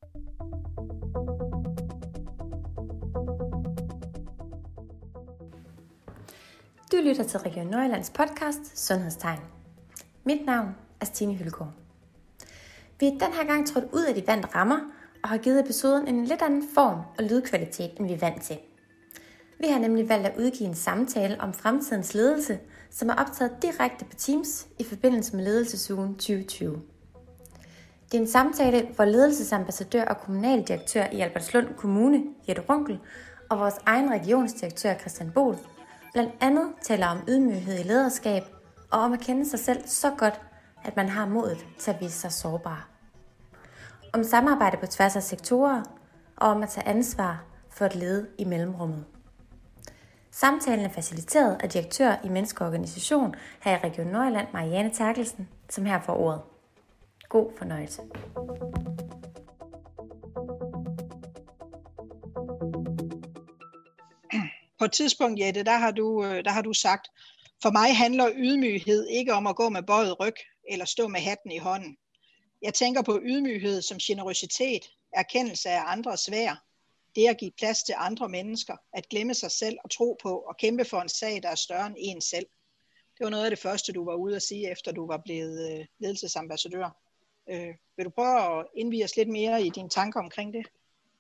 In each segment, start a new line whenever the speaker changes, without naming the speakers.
Du lytter til Region Nordjyllands podcast Sundhedstegn. Mit navn er Stine Hylgaard. Vi er den her gang trådt ud af de vante rammer og har givet episoden en lidt anden form og lydkvalitet, end vi er vant til. Vi har nemlig valgt at udgive en samtale om fremtidens ledelse, som er optaget direkte på Teams i forbindelse med Ledelsesugen 2020. Det er en samtale, hvor ledelsesambassadør og kommunaldirektør i Albertslund Kommune, Jette Runkel, og vores egen regionsdirektør Christian Bohl blandt andet taler om ydmyghed i lederskab og om at kende sig selv så godt, at man har modet til at vise sig sårbar. Om samarbejde på tværs af sektorer og om at tage ansvar for at lede i mellemrummet. Samtalen er faciliteret af direktør i Menneskeorganisation her i Region Nordjylland, Marianne Terkelsen, som her får ordet. God fornøjelse.
På et tidspunkt, Jette, der har du sagt, for mig handler ydmyghed ikke om at gå med bøjet ryg eller stå med hatten i hånden. Jeg tænker på ydmyghed som generøsitet, erkendelse af andres værd, det at give plads til andre mennesker, at glemme sig selv og tro på og kæmpe for en sag, der er større end en selv. Det var noget af det første, du var ude at sige, efter du var blevet ledelsesambassadør. Vil du prøve at indvie os lidt mere i dine tanker omkring det?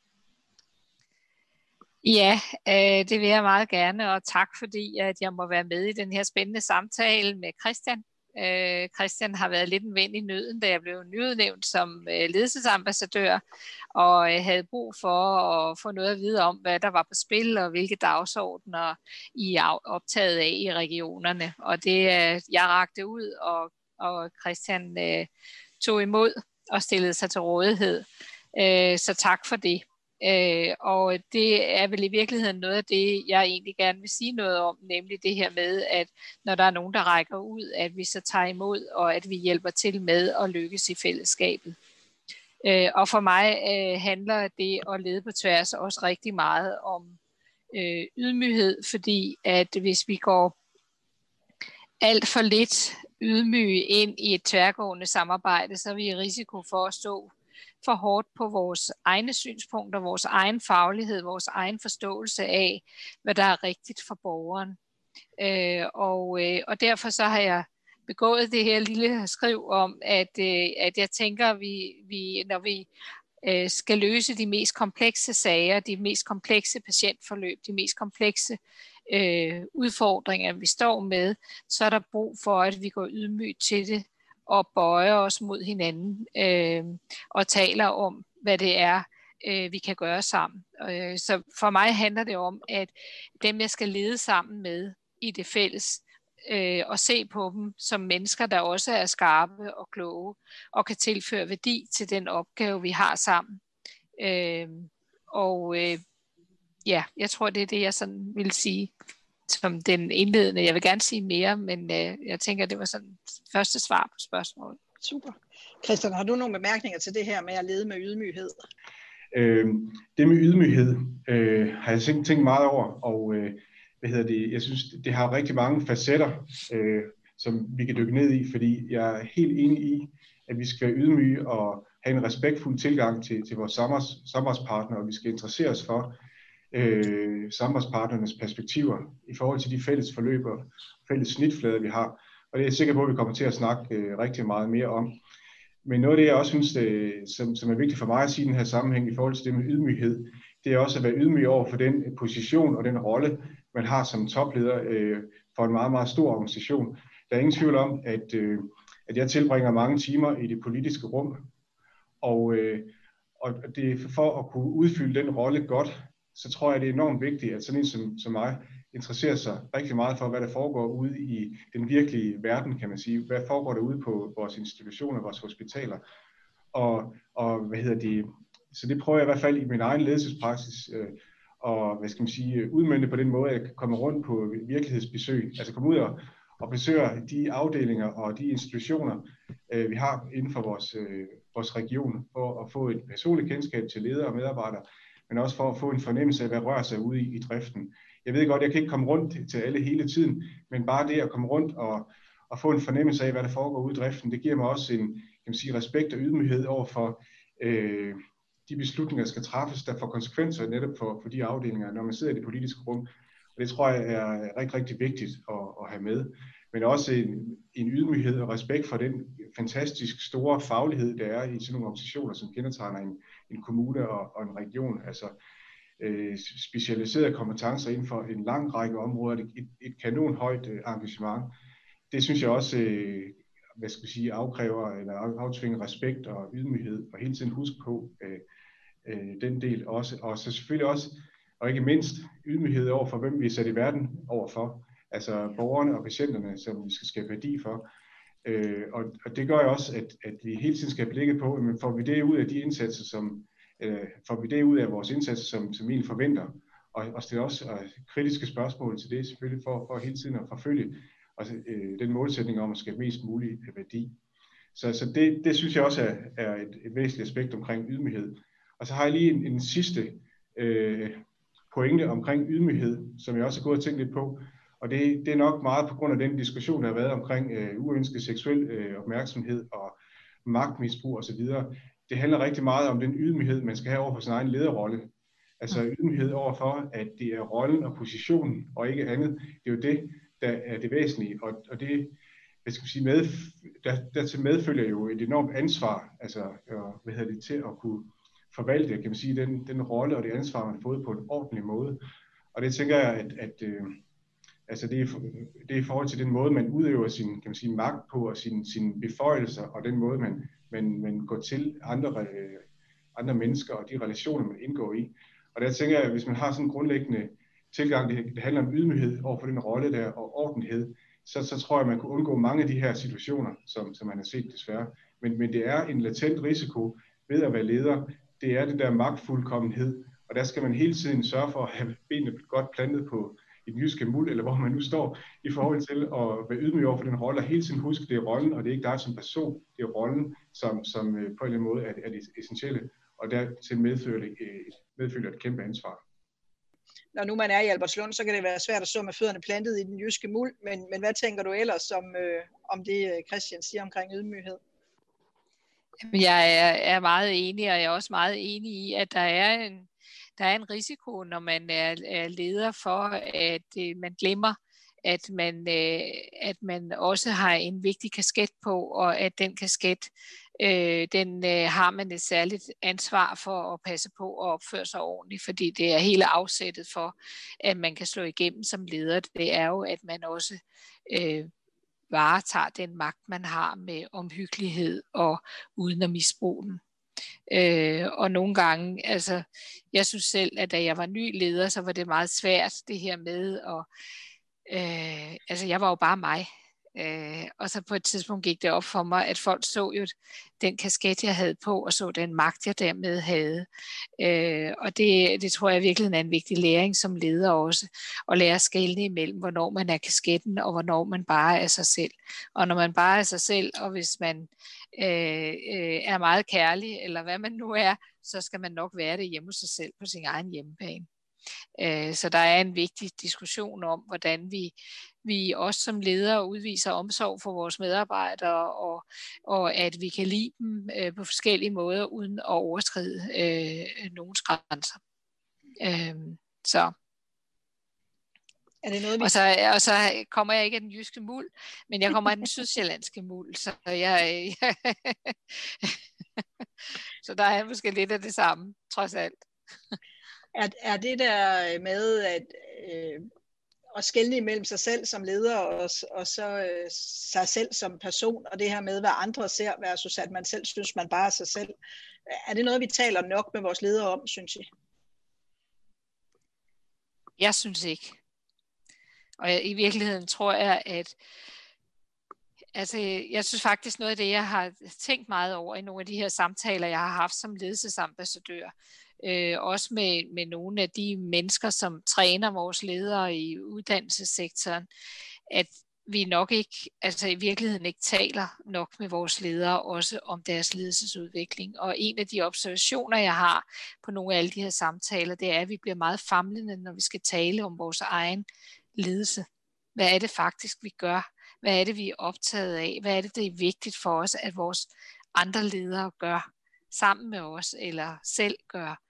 Ja, det vil jeg meget gerne, og tak fordi at jeg må være med i den her spændende samtale med Christian. Christian har været lidt en ven i nøden, da jeg blev nyudnævnt som ledelsesambassadør, og havde brug for at få noget at vide om, hvad der var på spil, og hvilke dagsordner I er optaget af i regionerne. Og det jeg rakte ud, og Christian tog imod og stillede sig til rådighed. Så tak for det. Og det er vel i virkeligheden noget af det, jeg egentlig gerne vil sige noget om, nemlig det her med, at når der er nogen, der rækker ud, at vi så tager imod, og at vi hjælper til med at lykkes i fællesskabet. Og for mig handler det at lede på tværs også rigtig meget om ydmyghed, fordi at hvis vi går alt for lidt ydmyge ind i et tværgående samarbejde, så er vi i risiko for at stå for hårdt på vores egne synspunkter, vores egen faglighed, vores egen forståelse af, hvad der er rigtigt for borgeren. Og derfor så har jeg begået det her lille skriv om, at jeg tænker, når vi skal løse de mest komplekse sager, de mest komplekse patientforløb, de mest komplekse udfordringer, vi står med, så er der brug for, at vi går ydmygt til det, og bøjer os mod hinanden og taler om, hvad det er, vi kan gøre sammen. Så for mig handler det om, at dem, jeg skal lede sammen med i det fælles, og se på dem som mennesker, der også er skarpe og kloge, og kan tilføre værdi til den opgave, vi har sammen. Jeg tror, det er det, jeg sådan vil sige som den indledende. Jeg vil gerne sige mere, men jeg tænker, det var sådan første svar på spørgsmålet.
Super. Christian, har du nogle bemærkninger til det her med at lede med ydmyghed?
Det med ydmyghed har jeg tænkt meget over, og jeg synes, det har rigtig mange facetter, som vi kan dykke ned i, fordi jeg er helt enig i, at vi skal ydmyge og have en respektfuld tilgang til vores samarbejdspartnere, og vi skal interessere os for samarbejdspartnernes perspektiver i forhold til de fælles forløb og fælles snitflader, vi har. Og det er jeg sikker på, at vi kommer til at snakke rigtig meget mere om. Men noget af det, jeg også synes, som er vigtigt for mig at sige i den her sammenhæng i forhold til det med ydmyghed, det er også at være ydmyg over for den position og den rolle, man har som topleder for en meget, meget stor organisation. Der er ingen tvivl om, at jeg tilbringer mange timer i det politiske rum, og det er for at kunne udfylde den rolle godt, så tror jeg, det er enormt vigtigt, at sådan en som mig interesserer sig rigtig meget for, hvad der foregår ude i den virkelige verden, kan man sige. Hvad foregår der ude på vores institutioner, vores hospitaler? Så det prøver jeg i hvert fald i min egen ledelsespraksis og udmønte på den måde, at jeg kan komme rundt på virkelighedsbesøg, altså komme ud og besøge de afdelinger og de institutioner, vi har inden for vores region, for at få et personligt kendskab til ledere og medarbejdere, men også for at få en fornemmelse af, hvad rører sig ude i driften. Jeg ved godt, jeg kan ikke komme rundt til alle hele tiden, men bare det at komme rundt og få en fornemmelse af, hvad der foregår ude i driften, det giver mig også en respekt og ydmyghed over for de beslutninger, der skal træffes, der får konsekvenser netop for de afdelinger, når man sidder i det politiske rum. Og det tror jeg er rigtig, rigtig vigtigt at have med. Men også en ydmyghed og respekt for den fantastisk store faglighed, der er i sådan nogle organisationer, som kendetegner en kommune og en region. Altså specialiserede kompetencer inden for en lang række områder, et kanonhøjt engagement. Det synes jeg også afkræver eller aftvinger respekt og ydmyghed, og hele tiden huske på den del også. Og så selvfølgelig også, og ikke mindst, ydmyghed over for, hvem vi er sat i verden overfor. Altså borgerne og patienterne, som vi skal skabe værdi for. Og det gør jo også, at vi hele tiden skal have blikket på, men får vi det ud af de indsatser, får vi det ud af vores indsatser, som egentlig forventer. Og stille også kritiske spørgsmål til det, selvfølgelig for hele tiden at forfølge den målsætning om at skabe mest mulig værdi. Så det synes jeg også er et væsentligt aspekt omkring ydmyghed. Og så har jeg lige en sidste pointe omkring ydmyghed, som jeg også har gået og tænkt lidt på. Og det er nok meget på grund af den diskussion, der har været omkring uønsket seksuel opmærksomhed og magtmisbrug osv. Det handler rigtig meget om den ydmyghed, man skal have over for sin egen lederrolle. Altså ydmyghed overfor, at det er rollen og positionen og ikke andet. Det er jo det, der er det væsentlige. Og det, dertil medfølger jo et enormt ansvar, altså til at kunne forvalte, kan man sige, den rolle og det ansvar, man har fået på en ordentlig måde. Og det tænker jeg, at det er i forhold til den måde, man udøver sin, kan man sige, magt på, og sine beføjelser, og den måde, man går til andre mennesker, og de relationer, man indgår i. Og der tænker jeg, at hvis man har sådan en grundlæggende tilgang, det handler om ydmyghed over for den rolle der, og ordentlighed, så tror jeg, man kunne undgå mange af de her situationer, som man har set desværre. Men det er en latent risiko ved at være leder. Det er det der magtfuldkommenhed, og der skal man hele tiden sørge for at have benene godt plantet på i den jyske muld, eller hvor man nu står, i forhold til at være ydmyg over for den rolle, og hele tiden huske, det er rollen, og det er ikke dig som person, det er rollen, som på en eller anden måde er det essentielle, og dertil medfølger et kæmpe ansvar.
Når nu man er i Albertslund, så kan det være svært at stå med fødderne plantet i den jyske muld, men hvad tænker du ellers om det, Christian siger omkring ydmyghed?
Jeg er meget enig, og jeg er også meget enig i, at der er en risiko, når man er leder for, at man glemmer, at man også har en vigtig kasket på, og at den kasket, den har man et særligt ansvar for at passe på og opføre sig ordentligt, fordi det er hele afsættet for, at man kan slå igennem som leder. Det er jo, at man også varetager den magt, man har med omhyggelighed og uden at misbruge den. Og nogle gange, altså jeg synes selv, at da jeg var ny leder, så var det meget svært det her med, og altså jeg var jo bare mig. Og så på et tidspunkt gik det op for mig, at folk så jo den kasket, jeg havde på, og så den magt, jeg dermed havde. Og det tror jeg virkelig er en vigtig læring som leder også, at lære at skelne imellem, hvornår man er kasketten, og hvornår man bare er sig selv. Og når man bare er sig selv, og hvis man er meget kærlig, eller hvad man nu er, så skal man nok være det hjemme hos sig selv på sin egen hjemmebane. Så der er en vigtig diskussion om, hvordan vi også som ledere udviser omsorg for vores medarbejdere, og at vi kan lide dem på forskellige måder, uden at overskride nogens grænser. Så.
Er det noget,
Og så kommer jeg ikke af den jyske muld, men jeg kommer af den sydsjællandske muld, så så der er måske lidt af det samme, trods alt.
Er det der med at skelne imellem sig selv som leder og så sig selv som person, og det her med, hvad andre ser versus at man selv synes, man bare er sig selv. Er det noget, vi taler nok med vores ledere om, synes I?
Jeg synes ikke. Og i virkeligheden tror jeg, at jeg synes faktisk noget af det, jeg har tænkt meget over i nogle af de her samtaler, jeg har haft som ledelsesambassadør, også med nogle af de mennesker, som træner vores ledere i uddannelsessektoren, at vi nok ikke, i virkeligheden ikke taler nok med vores ledere også om deres ledelsesudvikling. Og en af de observationer, jeg har på nogle af alle de her samtaler, det er, at vi bliver meget famlende, når vi skal tale om vores egen ledelse. Hvad er det faktisk, vi gør? Hvad er det, vi er optaget af? Hvad er det, det er vigtigt for os, at vores andre ledere gør? sammen med os, eller selv gør.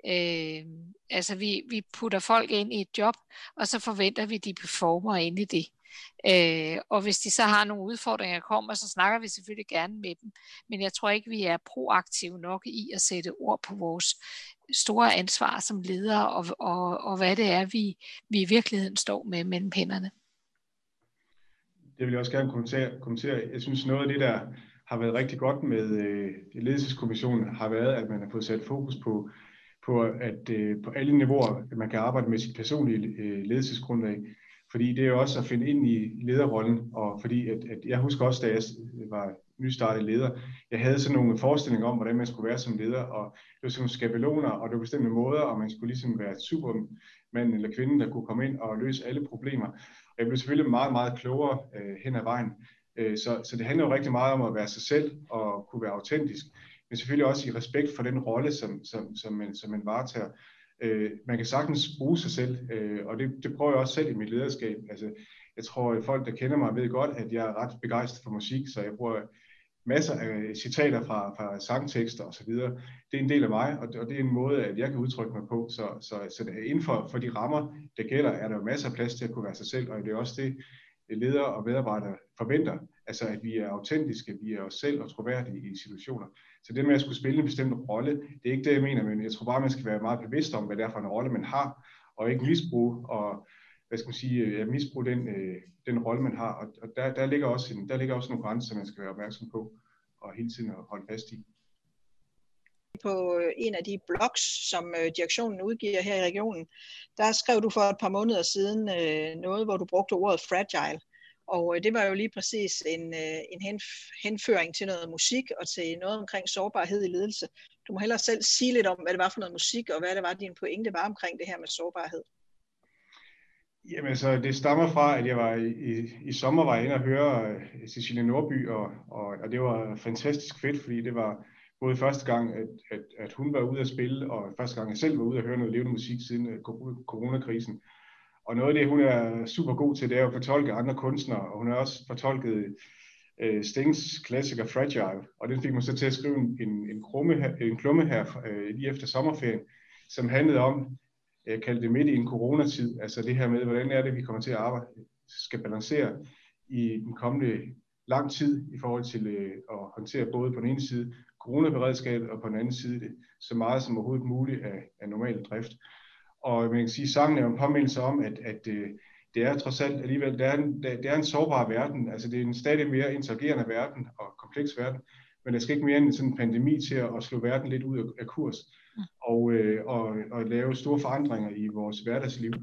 Altså vi putter folk ind i et job, og så forventer vi, de performer ind i det. Og hvis de så har nogle udfordringer, der kommer, så snakker vi selvfølgelig gerne med dem. Men jeg tror ikke, vi er proaktive nok i at sætte ord på vores store ansvar som ledere, og hvad det er, vi i virkeligheden står med mellem hænderne. Det
vil jeg også gerne kommentere. Jeg synes, noget af det, der har været rigtig godt med ledelseskommissionen, har været, at man har fået sat fokus på at på alle niveauer, at man kan arbejde med sit personlige ledelsesgrundlag. Fordi det er jo også at finde ind i lederrollen, og fordi at jeg husker også, da jeg var nystartet leder, jeg havde sådan nogle forestillinger om, hvordan man skulle være som leder, og det var sådan nogle skabeloner, og det var bestemte måder, og man skulle ligesom være et supermand eller kvinde, der kunne komme ind og løse alle problemer. Og jeg blev selvfølgelig meget, meget klogere hen ad vejen. Så det handler jo rigtig meget om at være sig selv og kunne være autentisk, men selvfølgelig også i respekt for den rolle, som man varetager. Man kan sagtens bruge sig selv, og det prøver jeg også selv i mit lederskab. Altså, jeg tror, at folk, der kender mig, ved godt, at jeg er ret begejstret for musik, så jeg bruger masser af citater fra sangtekster osv. Det er en del af mig, og det er en måde, at jeg kan udtrykke mig på. Så inden for de rammer, der gælder, er der jo masser af plads til at kunne være sig selv, og det er også det, ledere og medarbejdere forventer. Altså, at vi er autentiske, vi er os selv og troværdige i situationer. Så det med at skulle spille en bestemt rolle, det er ikke det, jeg mener, men jeg tror bare, man skal være meget bevidst om, hvad det er for en rolle, man har, og ikke misbruge, og misbruge den rolle, man har. Og der ligger også nogle grænser, man skal være opmærksom på, og hele tiden holde fast i.
På en af de blogs, som direktionen udgiver her i regionen, der skrev du for et par måneder siden noget, hvor du brugte ordet fragile. Og det var jo lige præcis en henføring til noget musik og til noget omkring sårbarhed i ledelse. Du må hellere selv sige lidt om, hvad det var for noget musik, og hvad det var, din pointe var omkring det her med sårbarhed.
Jamen så det stammer fra, at jeg var i sommer var inde og høre Cecilie Nordby, og det var fantastisk fedt, fordi det var både første gang, at hun var ude at spille, og første gang jeg selv var ude at høre noget levende musik siden coronakrisen. Og noget af det, hun er super god til, det er at fortolke andre kunstnere, og hun har også fortolket Stings klassiker Fragile, og den fik mig så til at skrive en klumme her lige efter sommerferien, som handlede om, jeg kaldte det midt i en coronatid, altså det her med, hvordan er det, vi kommer til at arbejde, skal balancere i den kommende lang tid i forhold til at håndtere både på den ene side coronaberedskabet, og på den anden side det, så meget som overhovedet muligt af normal drift. Og man kan sige, at sangen er en påmindelse om, at det er trods alt alligevel, det er en sårbar verden, altså det er en stadig mere interagerende verden og kompleks verden, men der skal ikke mere end sådan en pandemi til at slå verden lidt ud af kurs og lave store forandringer i vores hverdagsliv.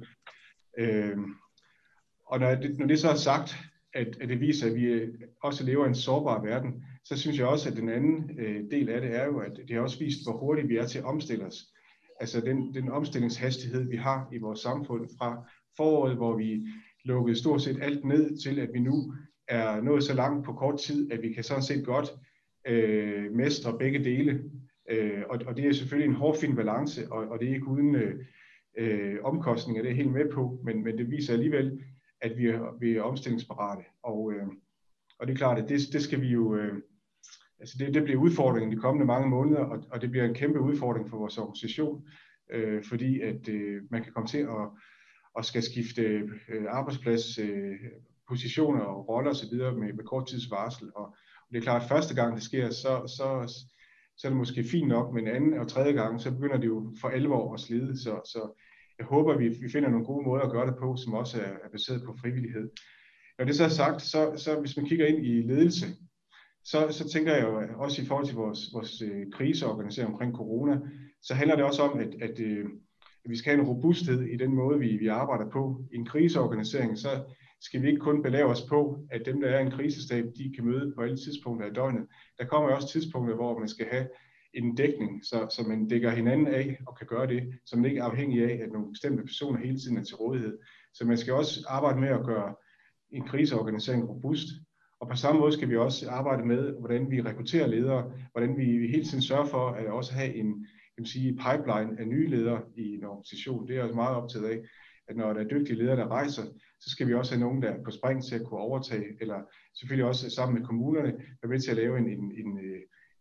Og når det så er sagt, at det viser, at vi også lever i en sårbar verden, så synes jeg også, at den anden del af det er jo, at det har også vist, hvor hurtigt vi er til at omstille os. Altså den omstillingshastighed, vi har i vores samfund fra foråret, hvor vi lukkede stort set alt ned, til at vi nu er nået så langt på kort tid, at vi kan sådan set godt mestre begge dele. Og det er selvfølgelig en hårfin balance, og det er ikke uden omkostninger, det er helt med på, men det viser alligevel, at vi er omstillingsparate. Og det er klart, at det skal vi jo... Altså det bliver udfordringen de kommende mange måneder, og det bliver en kæmpe udfordring for vores organisation, fordi at man kan komme til at skal skifte arbejdsplads, positioner og roller osv. med kort tids varsel. Og det er klart, at første gang det sker, så er det måske fint nok, men anden og tredje gang, så begynder det jo for alvor at slide. Så jeg håber, at vi finder nogle gode måder at gøre det på, som også er baseret på frivillighed. Når det så er sagt, så hvis man kigger ind i ledelse, så tænker jeg jo også i forhold til vores kriseorganisering omkring corona, så handler det også om, at vi skal have en robusthed i den måde, vi arbejder på. I en kriseorganisering, så skal vi ikke kun belave os på, at dem, der er i en krisestab, de kan møde på alle tidspunkter af døgnet. Der kommer jo også tidspunkter, hvor man skal have en dækning, så man dækker hinanden af og kan gøre det, så man ikke er afhængig af, at nogle bestemte personer hele tiden er til rådighed. Så man skal også arbejde med at gøre en kriseorganisering robust. Og på samme måde skal vi også arbejde med, hvordan vi rekrutterer ledere, hvordan vi hele tiden sørger for at også have en pipeline af nye ledere i en organisation. Det er jeg også meget optaget af, at når der er dygtige ledere, der rejser, så skal vi også have nogen, der er på spring til at kunne overtage, eller selvfølgelig også sammen med kommunerne, være med til at lave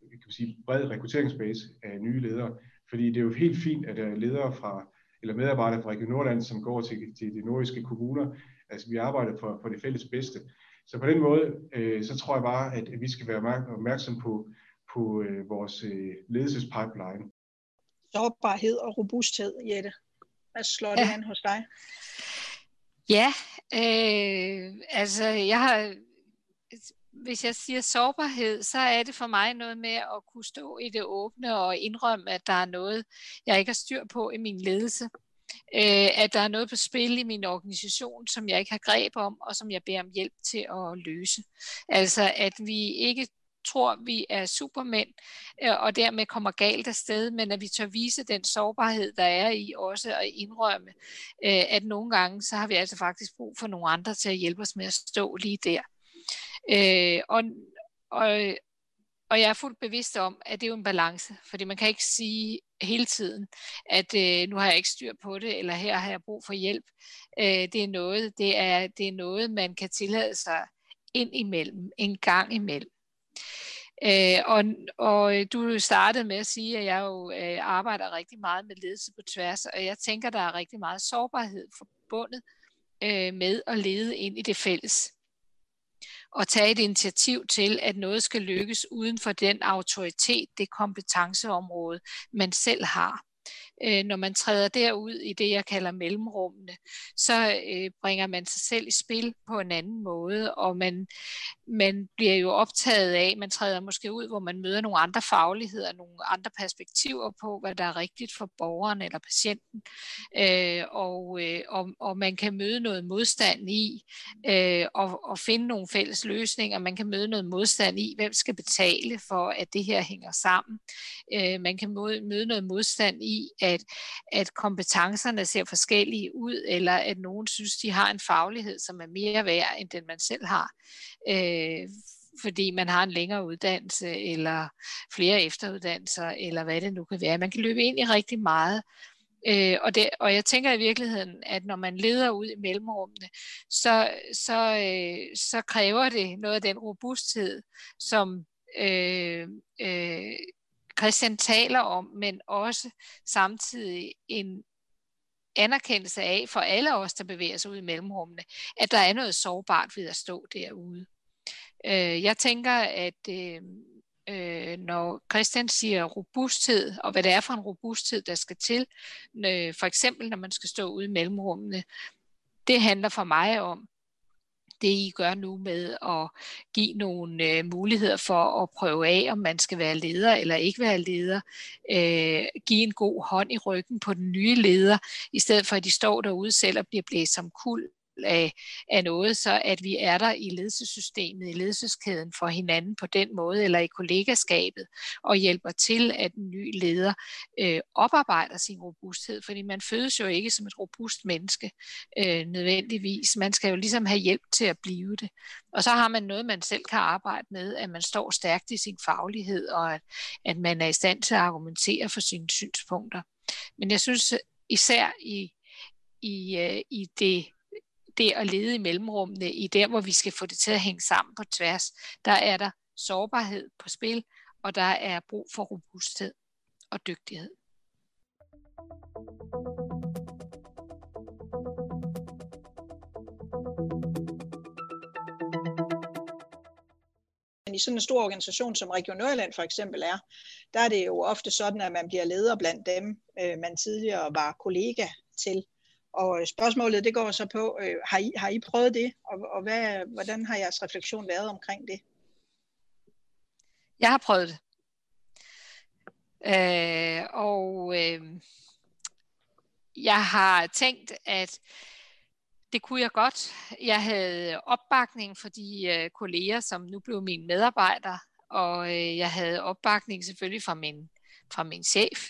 kan man sige, bred rekrutteringsbase af nye ledere. Fordi det er jo helt fint, at der er ledere eller medarbejdere fra Region Nordjylland, som går til de nordiske kommuner. Altså vi arbejder for det fælles bedste. Så på den måde, så tror jeg bare, at vi skal være opmærksom på vores ledelsespipeline.
Sårbarhed og robusthed, Jette. Hvad slår det an hos dig?
Ja, hvis jeg siger sårbarhed, så er det for mig noget med at kunne stå i det åbne og indrømme, at der er noget, jeg ikke har styr på i min ledelse. At der er noget på spil i min organisation, som jeg ikke har greb om, og som jeg beder om hjælp til at løse. Altså at vi ikke tror, vi er supermænd, og dermed kommer galt afsted, men at vi tør vise den sårbarhed, der er i også at indrømme, at nogle gange, så har vi altså faktisk brug for nogle andre til at hjælpe os med at stå lige der. Og jeg er fuldt bevidst om, at det er jo en balance, fordi man kan ikke sige hele tiden, at nu har jeg ikke styr på det, eller her har jeg brug for hjælp. Det er noget, man kan tillade sig ind imellem, en gang imellem. Og du startede med at sige, at jeg jo arbejder rigtig meget med ledelse på tværs, og jeg tænker, der er rigtig meget sårbarhed forbundet med at lede ind i det fælles. Og tage et initiativ til, at noget skal lykkes uden for den autoritet, det kompetenceområde, man selv har. Når man træder derud i det, jeg kalder mellemrummene, så bringer man sig selv i spil på en anden måde, og man bliver jo optaget af, man træder måske ud, hvor man møder nogle andre fagligheder, nogle andre perspektiver på, hvad der er rigtigt for borgeren eller patienten, og man kan møde noget modstand i, og finde nogle fælles løsninger. Man kan møde noget modstand i, hvem skal betale for, at det her hænger sammen. Man kan møde noget modstand i, at kompetencerne ser forskellige ud, eller at nogen synes, de har en faglighed, som er mere værd, end den man selv har. Fordi man har en længere uddannelse, eller flere efteruddannelser, eller hvad det nu kan være. Man kan løbe ind i rigtig meget. Og jeg tænker i virkeligheden, at når man leder ud i mellemrummene, så kræver det noget af den robusthed, som Christian taler om, men også samtidig en anerkendelse af for alle os, der bevæger sig ud i mellemrummene, at der er noget sårbart ved at stå derude. Jeg tænker, at når Christian siger robusthed, og hvad det er for en robusthed, der skal til, for eksempel når man skal stå ude i mellemrummene, det handler for mig om, det I gør nu med at give nogle muligheder for at prøve af, om man skal være leder eller ikke være leder. Give en god hånd i ryggen på den nye leder, i stedet for at de står derude selv og bliver blæst som kuld af noget, så at vi er der i ledelsessystemet, i ledelseskæden for hinanden på den måde, eller i kollegaskabet, og hjælper til, at en ny leder oparbejder sin robusthed, fordi man fødes jo ikke som et robust menneske nødvendigvis. Man skal jo ligesom have hjælp til at blive det. Og så har man noget, man selv kan arbejde med, at man står stærkt i sin faglighed, og at man er i stand til at argumentere for sine synspunkter. Men jeg synes især i det at lede i mellemrummene, i der, hvor vi skal få det til at hænge sammen på tværs, der er der sårbarhed på spil, og der er brug for robusthed og dygtighed.
I sådan en stor organisation som Region Nordjylland for eksempel der er det jo ofte sådan, at man bliver leder blandt dem, man tidligere var kollega til. Og spørgsmålet, det går så på, har I prøvet det, og hvordan har jeres refleksion været omkring det?
Jeg har prøvet det. Jeg har tænkt, at det kunne jeg godt. Jeg havde opbakning for de kolleger, som nu blev mine medarbejdere, og jeg havde opbakning selvfølgelig fra min chef.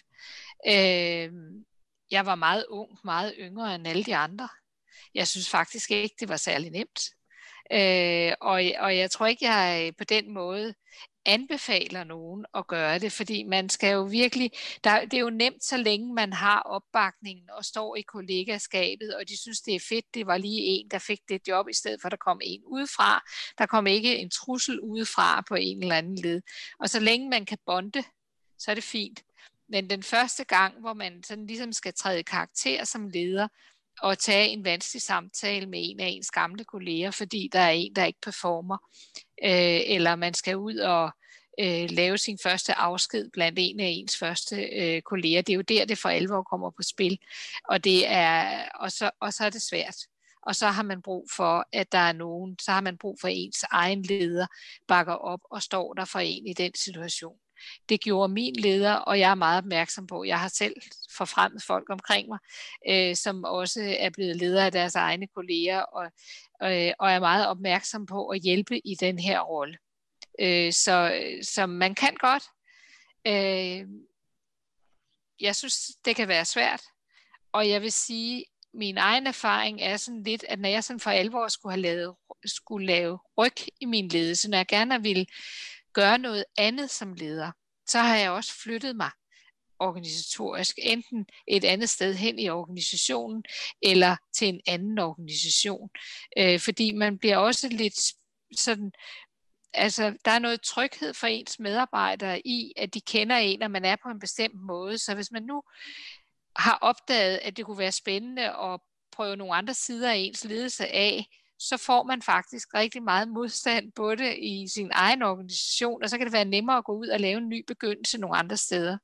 Jeg var meget ung, meget yngre end alle de andre. Jeg synes faktisk ikke, det var særlig nemt. Og jeg tror ikke, jeg på den måde anbefaler nogen at gøre det, fordi man skal jo virkelig, det er jo nemt, så længe man har opbakningen og står i kollegaskabet, og de synes, det er fedt, det var lige en, der fik det job, i stedet for, at der kom en udefra. Der kom ikke en trussel udefra på en eller anden led. Og så længe man kan bonde, så er det fint. Men den første gang, hvor man sådan ligesom skal træde karakter som leder, og tage en vanskelig samtale med en af ens gamle kolleger, fordi der er en, der ikke performer, eller man skal ud og lave sin første afsked blandt en af ens første kolleger. Det er jo der, det for alvor kommer på spil, og så er det svært. Og så har man brug for, at der er nogen, så har man brug for ens egen leder, bakker op og står der for en i den situation. Det gjorde min leder, og jeg er meget opmærksom på, jeg har selv forfremmet folk omkring mig, som også er blevet ledere af deres egne kolleger, og er meget opmærksom på at hjælpe i den her rolle. Så man kan godt. Jeg synes, det kan være svært, og jeg vil sige, min egen erfaring er sådan lidt, at når jeg sådan for alvor skulle lave ryg i min ledelse, når jeg gerne ville gøre noget andet som leder, så har jeg også flyttet mig organisatorisk, enten et andet sted hen i organisationen, eller til en anden organisation. Fordi man bliver også lidt sådan, altså der er noget tryghed for ens medarbejdere i, at de kender en, og man er på en bestemt måde. Så hvis man nu har opdaget, at det kunne være spændende at prøve nogle andre sider af ens ledelse af, så får man faktisk rigtig meget modstand på det i sin egen organisation, og så kan det være nemmere at gå ud og lave en ny begyndelse nogle andre steder,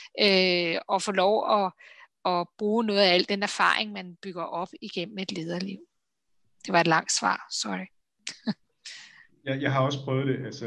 og få lov at bruge noget af al den erfaring, man bygger op igennem et lederliv. Det var et langt svar, sorry.
Jeg har også prøvet det, altså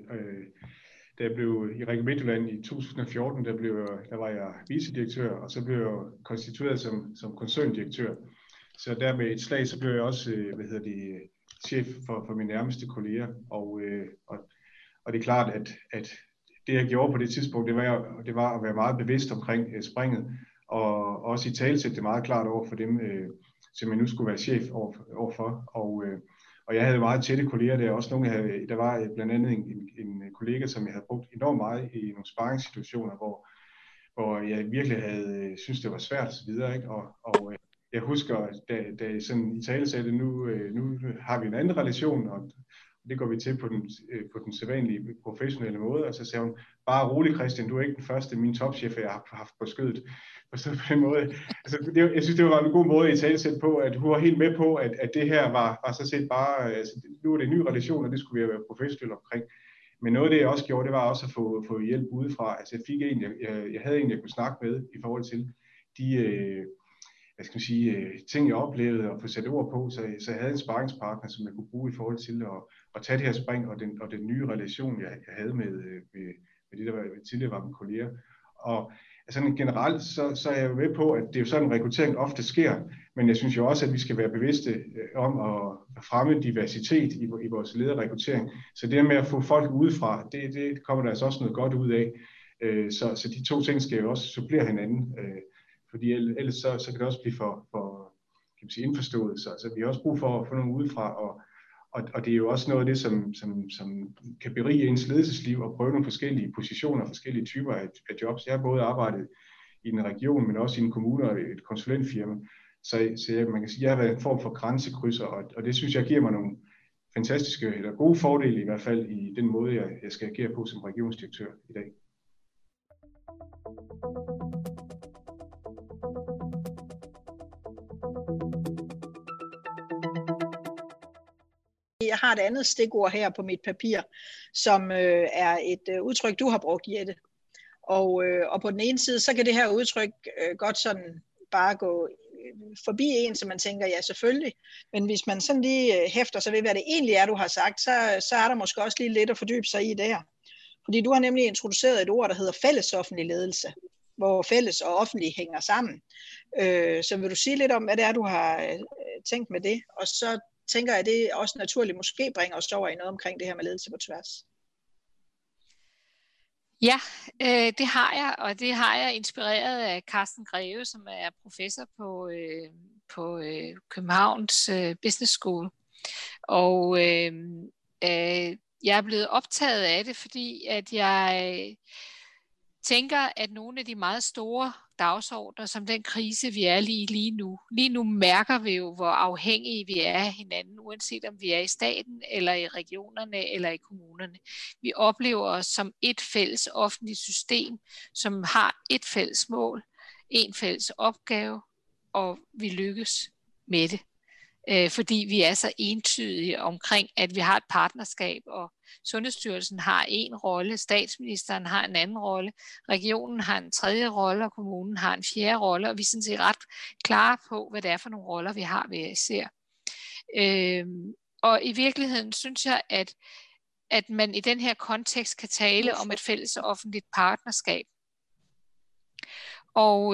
da jeg blev i Region Midtjylland i 2014, der var jeg vicedirektør, og så blev jeg konstitueret som koncerndirektør. Så der med et slag, så blev jeg også chef for mine nærmeste kolleger. Og det er klart, at det jeg gjorde på det tidspunkt, det var at være meget bevidst omkring springet, og også i talesæt det meget klart over for dem, som jeg nu skulle være chef overfor. Og jeg havde meget tætte kolleger der, også nogle, der var blandt andet en kollega, som jeg havde brugt enormt meget i nogle sparringssituationer, hvor jeg virkelig havde synes det var svært og så videre, ikke? Og jeg husker, da sådan i talesættet, nu har vi en anden relation, og det går vi til på den sædvanlige professionelle måde, og så sagde hun, bare rolig Christian, du er ikke den første min topchef, jeg har haft på skødet. På den måde. Altså, jeg synes, det var en god måde i talesæt på, at hun var helt med på, at det her var så set bare, altså, nu er det en ny relation, og det skulle vi være professionelle omkring. Men noget af det, jeg også gjorde, det var også at få hjælp udefra. Altså, jeg havde en, jeg kunne snakke med i forhold til de ting, jeg oplevede og få sat ord på, så jeg havde en sparringspartner, som jeg kunne bruge i forhold til at tage det her spring og den nye relation, jeg havde med det, der tidligere var mine kolleger. Og altså generelt, så er jeg jo med på, at det er jo sådan, en rekruttering ofte sker, men jeg synes jo også, at vi skal være bevidste om at fremme diversitet i vores lederrekruttering. Så det med at få folk udefra, det kommer der altså også noget godt ud af. Så de to ting skal jo også supplere hinanden. Fordi ellers så kan det også blive for kan man sige, indforstået. Så vi har også brug for at få nogen udefra, og det er jo også noget af det, som kan berige ens ledelsesliv og prøve nogle forskellige positioner, forskellige typer af jobs. Jeg har både arbejdet i en region, men også i en kommune og et konsulentfirma. Så man kan sige, at jeg har været en form for grænsekrydser, og det synes jeg giver mig nogle fantastiske eller gode fordele i hvert fald i den måde, jeg skal agere på som regionsdirektør i dag.
Jeg har et andet stikord her på mit papir, som er et udtryk, du har brugt, Jette. Og på den ene side, så kan det her udtryk godt sådan bare gå forbi en, så man tænker, ja selvfølgelig. Men hvis man sådan lige hæfter sig ved, hvad det egentlig er, du har sagt, så er der måske også lige lidt at fordybe sig i det her. Fordi du har nemlig introduceret et ord, der hedder fællesoffentlig ledelse, hvor fælles og offentlig hænger sammen. Så vil du sige lidt om, hvad det er, du har tænkt med det? Og så tænker jeg, at det også naturligt måske bringer os over i noget omkring det her med ledelse på tværs.
Ja, det har jeg, og det har jeg inspireret af Carsten Greve, som er professor på Københavns Business School. Og jeg er blevet optaget af det, fordi at jeg tænker, at nogle af de meget store dagsordener, som den krise, vi er lige nu. Lige nu mærker vi jo, hvor afhængige vi er af hinanden, uanset om vi er i staten, eller i regionerne, eller i kommunerne. Vi oplever os som et fælles offentligt system, som har et fælles mål, en fælles opgave, og vi lykkes med det. Fordi vi er så entydige omkring, at vi har et partnerskab, og Sundhedsstyrelsen har en rolle, statsministeren har en anden rolle, regionen har en tredje rolle, og kommunen har en fjerde rolle, og vi er sådan set ret klare på, hvad det er for nogle roller, vi har hver især. Og i virkeligheden synes jeg, at man i den her kontekst kan tale om et fælles offentligt partnerskab. Og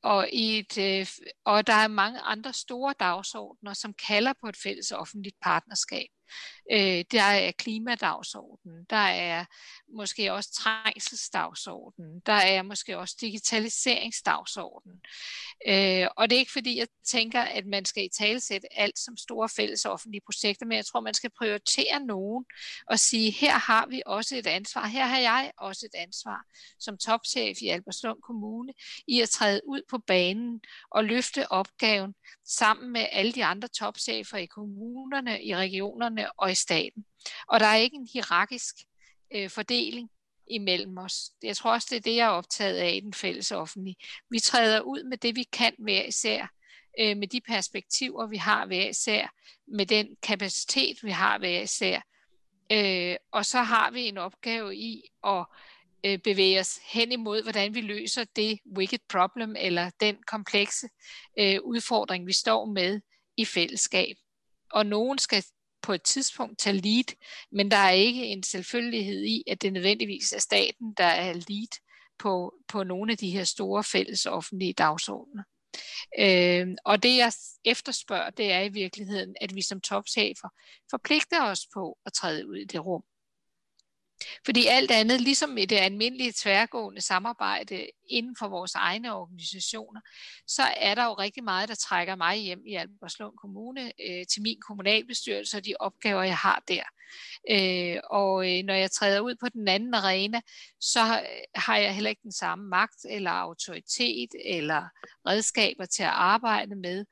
der er mange andre store dagsordener, som kalder på et fælles offentligt partnerskab. Der er klimadagsordenen, der er måske også trængselsdagsordenen, der er måske også digitaliseringsdagsordenen. Og det er ikke fordi, jeg tænker, at man skal italesætte alt som store fælles offentlige projekter, men jeg tror, man skal prioritere nogen og sige, her har vi også et ansvar, her har jeg også et ansvar som topchef i Albertslund Kommune i at træde ud på banen og løfte opgaven sammen med alle de andre topchefer i kommunerne, i regionerne og i staten. Og der er ikke en hierarkisk fordeling imellem os. Jeg tror også, det er det, jeg er optaget af i den fælles offentlige. Vi træder ud med det, vi kan hver især, med de perspektiver, vi har hver især, med den kapacitet, vi har hver især. Og så har vi en opgave i at bevæge os hen imod, hvordan vi løser det wicked problem, eller den komplekse udfordring, vi står med i fællesskab. Og nogen skal på et tidspunkt tage lead, men der er ikke en selvfølgelighed i, at det nødvendigvis er staten, der er lead på nogle af de her store fælles offentlige dagsordner. Og det jeg efterspørger, det er i virkeligheden, at vi som topchefer forpligter os på at træde ud i det rum. Fordi alt andet, ligesom i det almindelige tværgående samarbejde inden for vores egne organisationer, så er der jo rigtig meget, der trækker mig hjem i Albertslund Kommune til min kommunalbestyrelse og de opgaver, jeg har der. Og når jeg træder ud på den anden arena, så har jeg heller ikke den samme magt eller autoritet eller redskaber til at arbejde med.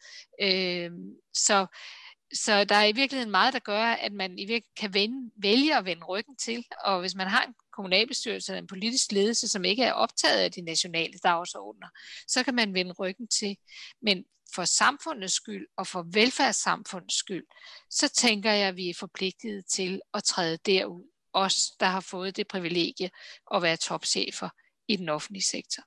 Så der er i virkeligheden meget, der gør, at man i virkeligheden kan vælge at vende ryggen til. Og hvis man har en kommunalbestyrelse eller en politisk ledelse, som ikke er optaget af de nationale dagsordner, så kan man vende ryggen til. Men for samfundets skyld og for velfærdssamfundets skyld, så tænker jeg, at vi er forpligtet til at træde derud. Os, der har fået det privilegie at være topchefer i den offentlige sektor.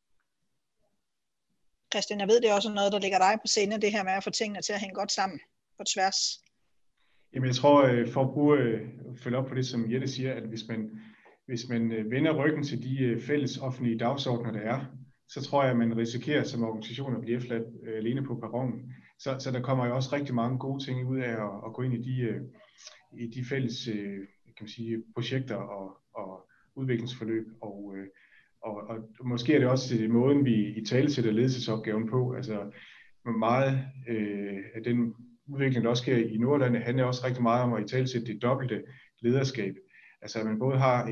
Christian, jeg ved, det er også noget, der ligger dig på scenen, det her med at få tingene til at hænge godt sammen på tværs.
Jamen jeg tror, for at følge op på det, som Jette siger, at hvis man vender ryggen til de fælles offentlige dagsordner, der er, så tror jeg, at man risikerer som organisation at blive efterladt alene på perronen. Så der kommer jo også rigtig mange gode ting ud af at gå ind i de fælles kan man sige, projekter og udviklingsforløb. Og måske er det også måden, vi italesætter ledelsesopgaven på. Altså meget af den udvikling, der også sker i Nordlandet, handler også rigtig meget om at italesætte det dobbelte lederskab. Altså at man både har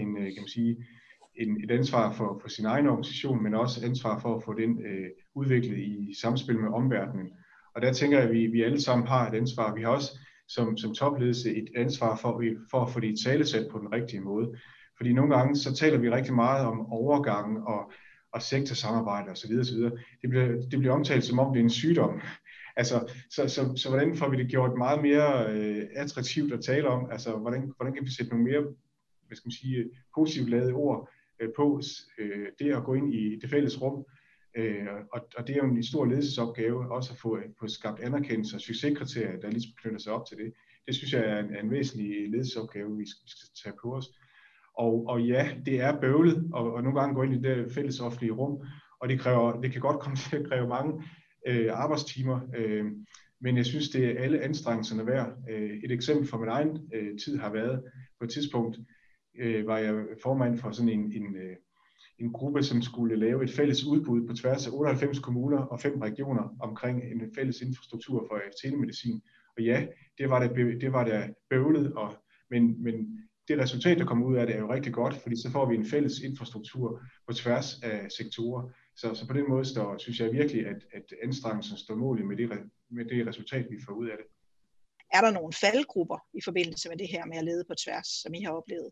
et ansvar for sin egen organisation, men også ansvar for at få den udviklet i samspil med omverdenen. Og der tænker jeg, at vi alle sammen har et ansvar. Vi har også som topledelse et ansvar for at få det italesat på den rigtige måde. Fordi nogle gange så taler vi rigtig meget om overgangen og sektorsamarbejde osv. Det bliver omtalt som om det er en sygdom. Altså, så hvordan får vi det gjort meget mere attraktivt at tale om? Altså, hvordan kan vi sætte nogle mere, hvad skal man sige, positivt lavede ord på det at gå ind i det fælles rum? Og det er jo en stor ledelsesopgave også at få skabt anerkendelse og succeskriterier, der ligesom knytter sig op til det. Det synes jeg er en væsentlig ledelsesopgave, vi skal tage på os. Og ja, det er bøvlet og nogle gange gå ind i det fælles offentlige rum, og det kan godt komme til at kræve mange arbejdstimer, men jeg synes, det er alle anstrengelserne værd. Et eksempel fra min egen tid har været, på et tidspunkt var jeg formand for sådan en gruppe, som skulle lave et fælles udbud på tværs af 98 kommuner og 5 regioner omkring en fælles infrastruktur for telemedicin. Og ja, det var da bøvlet, men det resultat, der kommer ud af det, er jo rigtig godt, fordi så får vi en fælles infrastruktur på tværs af sektorer. Så på den måde synes jeg virkelig, at anstrengelsen står mål med det resultat, vi får ud af det.
Er der nogle faldgrupper i forbindelse med det her med at lede på tværs, som I har oplevet?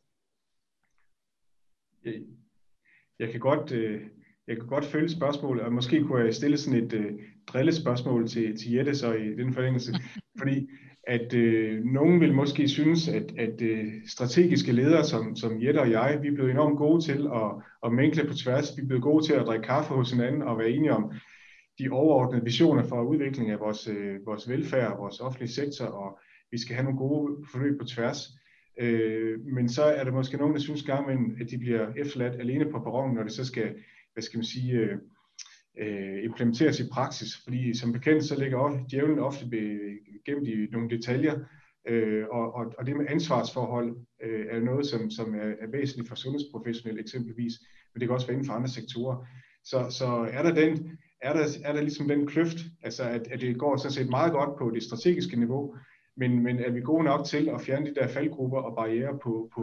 Jeg kan godt følge spørgsmålet, og måske kunne jeg stille sådan et drillespørgsmål til Jette så i den forlængelse, fordi at nogen vil måske synes, at strategiske ledere som Jette og jeg, vi er blevet enormt gode til at mænkle på tværs. Vi er blevet gode til at drikke kaffe hos hinanden og være enige om de overordnede visioner for udvikling af vores velfærd og vores offentlige sektor, og vi skal have nogle gode forløb på tværs. Men så er der måske nogen, der synes gang imellem, at de bliver efterladt alene på perronen, når det så skal, implementeres i praksis. Fordi som bekendt, så ligger djævlen ofte gemt i nogle detaljer, og det med ansvarsforhold er noget, som er væsentligt for sundhedsprofessionelle eksempelvis, men det kan også være inden for andre sektorer. Så er der ligesom den kløft, altså at det går sådan set meget godt på det strategiske niveau, men er vi gode nok til at fjerne de der faldgrupper og barrierer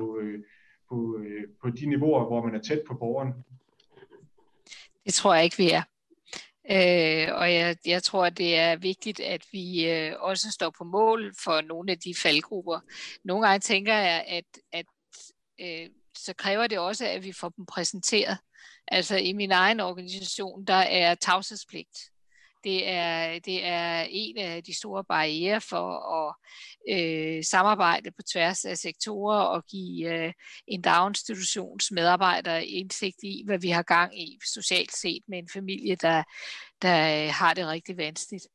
på de niveauer, hvor man er tæt på borgeren?
Det tror jeg ikke, vi er. Og jeg tror, at det er vigtigt, at vi også står på mål for nogle af de faldgrupper. Nogle gange tænker jeg, at så kræver det også, at vi får dem præsenteret. Altså i min egen organisation, der er tavshedspligt. Det er en af de store barrierer for at samarbejde på tværs af sektorer og give en daginstitutions medarbejdere indsigt i, hvad vi har gang i socialt set med en familie, der har det rigtig vanskeligt.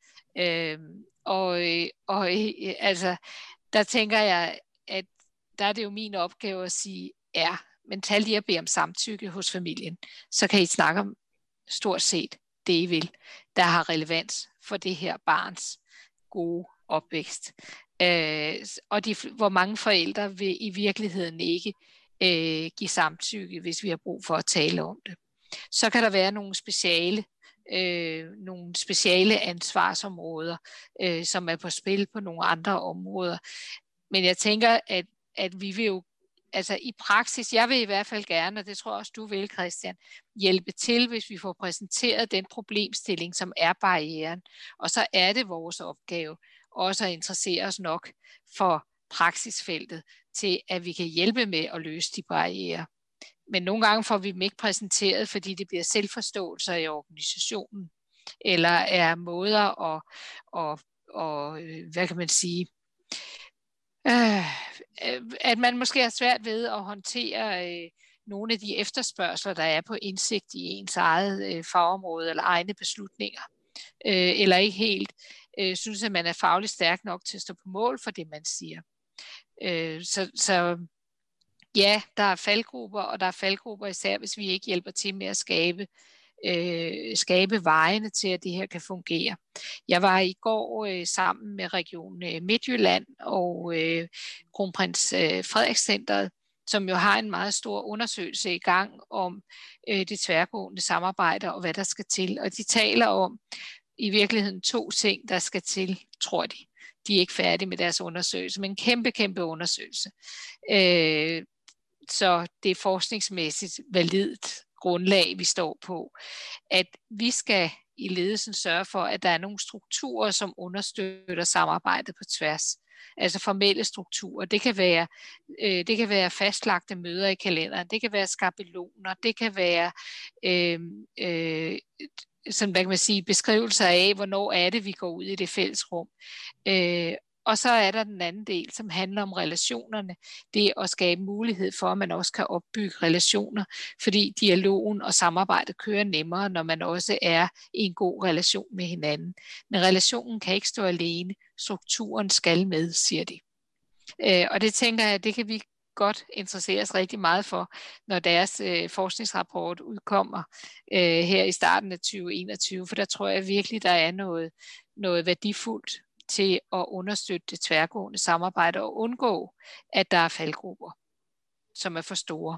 Altså, der tænker jeg, at der er det jo min opgave at sige, men tag lige at bede om samtykke hos familien, så kan I snakke om stort set det, I vil, der har relevans for det her barns gode opvækst. Og hvor mange forældre vil i virkeligheden ikke give samtykke, hvis vi har brug for at tale om det. Så kan der være nogle speciale ansvarsområder, som er på spil på nogle andre områder. Men jeg tænker, at vi vil jo, altså i praksis, jeg vil i hvert fald gerne, og det tror jeg også du vil, Christian, hjælpe til, hvis vi får præsenteret den problemstilling, som er barrieren. Og så er det vores opgave også at interessere os nok for praksisfeltet, til at vi kan hjælpe med at løse de barrierer. Men nogle gange får vi dem ikke præsenteret, fordi det bliver selvforståelser i organisationen, eller er måder og hvad kan man sige, at man måske har svært ved at håndtere nogle af de efterspørgsler, der er på indsigt i ens eget fagområde eller egne beslutninger, eller ikke helt synes, at man er fagligt stærk nok til at stå på mål for det, man siger. Så ja, der er faldgrupper, og der er faldgrupper især, hvis vi ikke hjælper til med at skabe vejene til, at det her kan fungere. Jeg var i går sammen med Region Midtjylland og Kronprins Frederik Centret, som jo har en meget stor undersøgelse i gang om det tværgående samarbejde og hvad der skal til. Og de taler om i virkeligheden 2 ting, der skal til, tror de. De er ikke færdige med deres undersøgelse, men en kæmpe undersøgelse. Så det er forskningsmæssigt validt grundlag, vi står på, at vi skal i ledelsen sørge for, at der er nogle strukturer, som understøtter samarbejdet på tværs. Altså formelle strukturer. Det kan være fastlagte møder i kalenderen, det kan være skabeloner, det kan være sådan, hvad kan man sige, beskrivelser af, hvornår er det, vi går ud i det fælles rum. Og så er der den anden del, som handler om relationerne. Det er at skabe mulighed for, at man også kan opbygge relationer, fordi dialogen og samarbejdet kører nemmere, når man også er i en god relation med hinanden. Men relationen kan ikke stå alene. Strukturen skal med, siger de. Og det tænker jeg, det kan vi godt interessere os rigtig meget for, når deres forskningsrapport udkommer her i starten af 2021, for der tror jeg virkelig, der er noget værdifuldt til at understøtte det tværgående samarbejde og undgå, at der er faldgrupper, som er for store.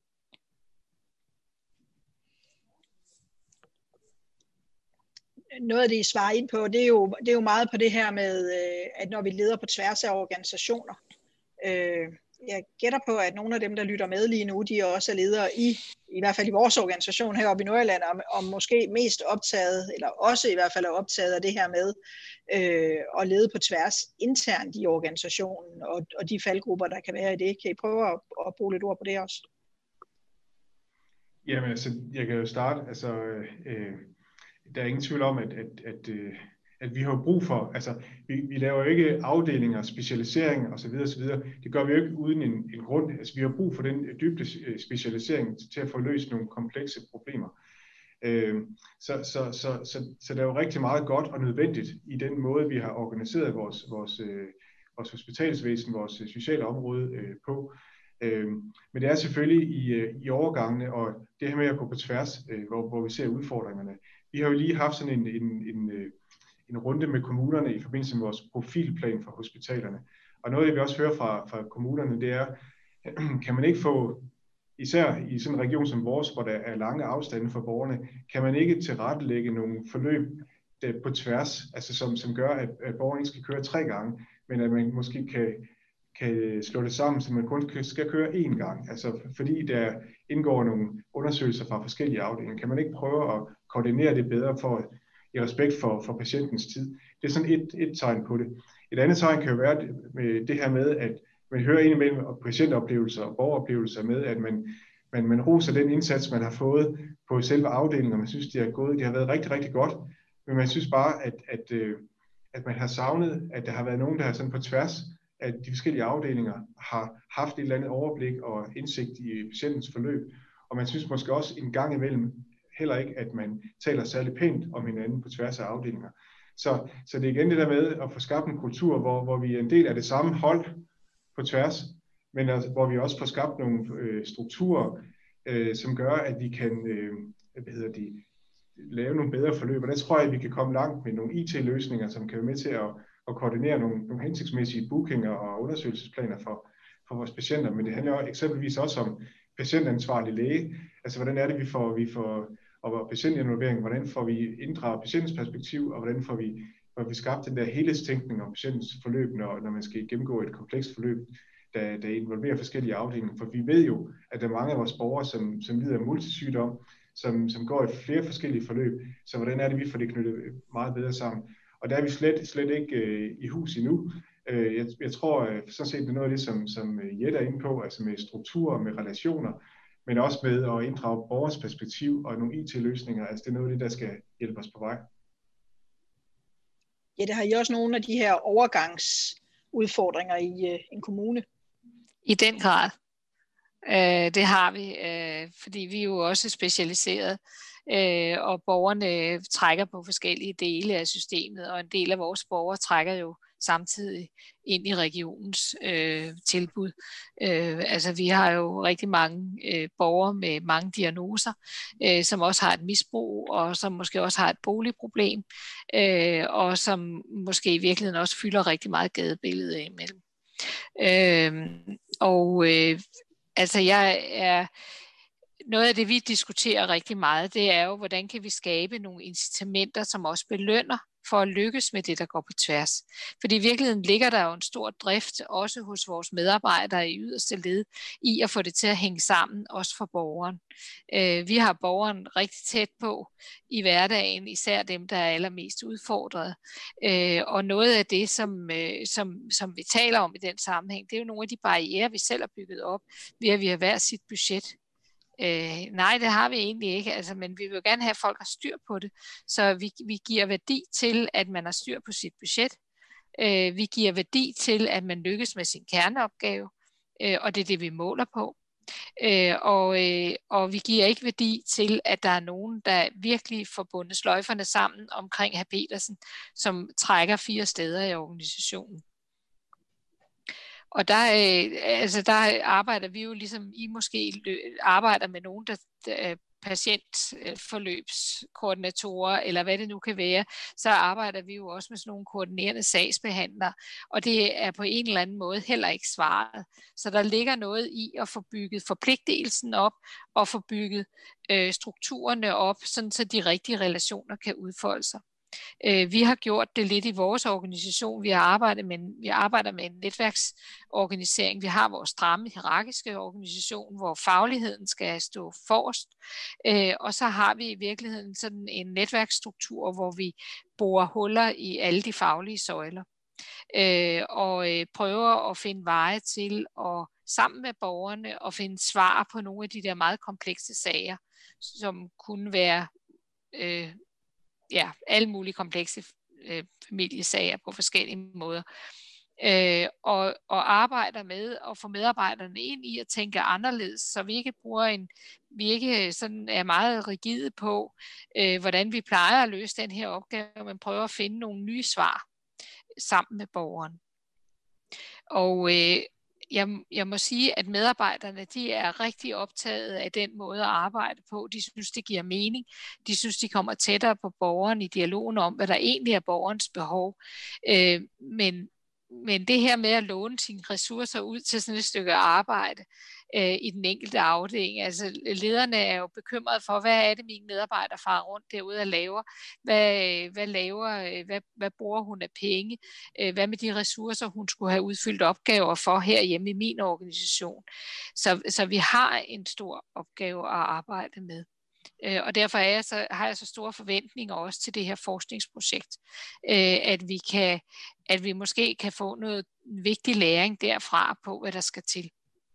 Noget af det, I svarer ind på, det er jo meget på det her med, at når vi leder på tværs af organisationer, jeg gætter på, at nogle af dem, der lytter med lige nu, de også er ledere i hvert fald i vores organisation heroppe i Nordjylland, og måske mest optaget, eller også i hvert fald er optaget af det her med at lede på tværs internt i organisationen, og de faldgrupper, der kan være i det. Kan I prøve at bruge lidt ord på det også?
Jamen, altså, jeg kan jo starte. Altså, der er ingen tvivl om, at vi har brug for, altså vi laver jo ikke afdelinger, specialisering osv. Det gør vi jo ikke uden en grund. Altså vi har brug for den dybde specialisering til at få løst nogle komplekse problemer. Så der er jo rigtig meget godt og nødvendigt i den måde, vi har organiseret vores hospitalsvæsen, vores sociale område på. Men det er selvfølgelig i overgangene, og det her med at gå på tværs, hvor vi ser udfordringerne. Vi har jo lige haft sådan en runde med kommunerne i forbindelse med vores profilplan for hospitalerne. Og noget, vi også hører fra kommunerne, det er, kan man ikke få, især i sådan en region som vores, hvor der er lange afstande for borgerne, kan man ikke tilrettelægge nogle forløb på tværs, altså som gør, at borgerne ikke skal køre 3 gange, men at man måske kan slå det sammen, så man kun skal køre 1 gang. Altså fordi der indgår nogle undersøgelser fra forskellige afdelinger. Kan man ikke prøve at koordinere det bedre i respekt for patientens tid? Det er sådan et tegn på det. Et andet tegn kan jo være med det her med, at man hører indimellem patientoplevelser og borgeroplevelser med, at man roser den indsats, man har fået på selve afdelingen, og man synes, de har været rigtig, rigtig godt. Men man synes bare, at man har savnet, at der har været nogen, der har sådan på tværs af de forskellige afdelinger har haft et eller andet overblik og indsigt i patientens forløb. Og man synes måske også en gang imellem heller ikke, at man taler særlig pænt om hinanden på tværs af afdelinger. Så det er igen det der med at få skabt en kultur, hvor vi er en del af det samme hold på tværs, men altså, hvor vi også får skabt nogle strukturer, som gør, at vi kan lave nogle bedre forløb. Og der tror jeg, at vi kan komme langt med nogle IT-løsninger, som kan være med til at koordinere nogle hensigtsmæssige bookinger og undersøgelsesplaner for vores patienter. Men det handler jo eksempelvis også om patientansvarlig læge. Altså, hvordan er det, vi får og patientinvolvering, hvordan får vi inddraget patientens perspektiv, og hvordan får vi skabt den der helhedstænkning om patientens forløb, når man skal gennemgå et komplekst forløb, der involverer forskellige afdelinger. For vi ved jo, at der er mange af vores borgere, som lider af multisygdom, som går i flere forskellige forløb. Så hvordan er det, vi får det knyttet meget bedre sammen? Og der er vi slet ikke i hus endnu. Jeg tror sådan set, det er noget af det, som Jette er inde på, altså med strukturer, med relationer, men også med at inddrage borgers perspektiv og nogle IT-løsninger. Altså det er noget af det, der skal hjælpe os på vej.
Ja, der har I også nogle af de her overgangsudfordringer i en kommune?
I den grad. Det har vi, fordi vi er jo også specialiseret, og borgerne trækker på forskellige dele af systemet, og en del af vores borgere trækker jo samtidig ind i regionens tilbud. Altså vi har jo rigtig mange borgere med mange diagnoser, som også har et misbrug, og som måske også har et boligproblem, og som måske i virkeligheden også fylder rigtig meget gadebillede imellem. Altså noget af det, vi diskuterer rigtig meget, det er jo, hvordan kan vi skabe nogle incitamenter, som også belønner for at lykkes med det, der går på tværs. Fordi i virkeligheden ligger der jo en stor drift, også hos vores medarbejdere i yderste led, i at få det til at hænge sammen, også for borgeren. Vi har borgeren rigtig tæt på i hverdagen, især dem, der er allermest udfordret. Og noget af det, som vi taler om i den sammenhæng, det er jo nogle af de barrierer, vi selv har bygget op, ved at vi har hver sit budget. Nej, det har vi egentlig ikke, altså, men vi vil jo gerne have, at folk har styr på det. Så vi giver værdi til, at man har styr på sit budget. Vi giver værdi til, at man lykkes med sin kerneopgave, og det er det, vi måler på. Og vi giver ikke værdi til, at der er nogen, der virkelig får bundet sløjferne sammen omkring hr. Petersen, som trækker 4 steder i organisationen. Og der arbejder vi jo ligesom, I måske arbejder med nogen, der patientforløbskoordinatorer, eller hvad det nu kan være, så arbejder vi jo også med sådan nogle koordinerende sagsbehandlere, og det er på en eller anden måde heller ikke svaret. Så der ligger noget i at få bygget forpligtelsen op, og få bygget strukturerne op, sådan så de rigtige relationer kan udfolde sig. Vi har gjort det lidt i vores organisation. Vi arbejder med en netværksorganisering. Vi har vores stramme hierarkiske organisation, hvor fagligheden skal stå forrest. Og så har vi i virkeligheden sådan en netværksstruktur, hvor vi borer huller i alle de faglige søjler. Og prøver at finde veje til at sammen med borgerne og finde svar på nogle af de der meget komplekse sager, som kunne være alle mulige komplekse familiesager på forskellige måder. Og arbejder med at få medarbejderne ind i at tænke anderledes, så vi ikke sådan er meget rigide på, hvordan vi plejer at løse den her opgave, men prøver at finde nogle nye svar sammen med borgeren. Og jeg må sige, at medarbejderne, de er rigtig optaget af den måde at arbejde på. De synes, det giver mening. De synes, de kommer tættere på borgeren i dialogen om, hvad der egentlig er borgerens behov. Men det her med at låne sine ressourcer ud til sådan et stykke arbejde i den enkelte afdeling, altså lederne er jo bekymrede for, hvad er det min medarbejder farer rundt derude og laver? Hvad bruger hun af penge? Hvad med de ressourcer, hun skulle have udfyldt opgaver for herhjemme i min organisation? Så vi har en stor opgave at arbejde med. Og derfor har jeg så store forventninger også til det her forskningsprojekt, at vi måske kan få noget vigtig læring derfra på, hvad der skal til.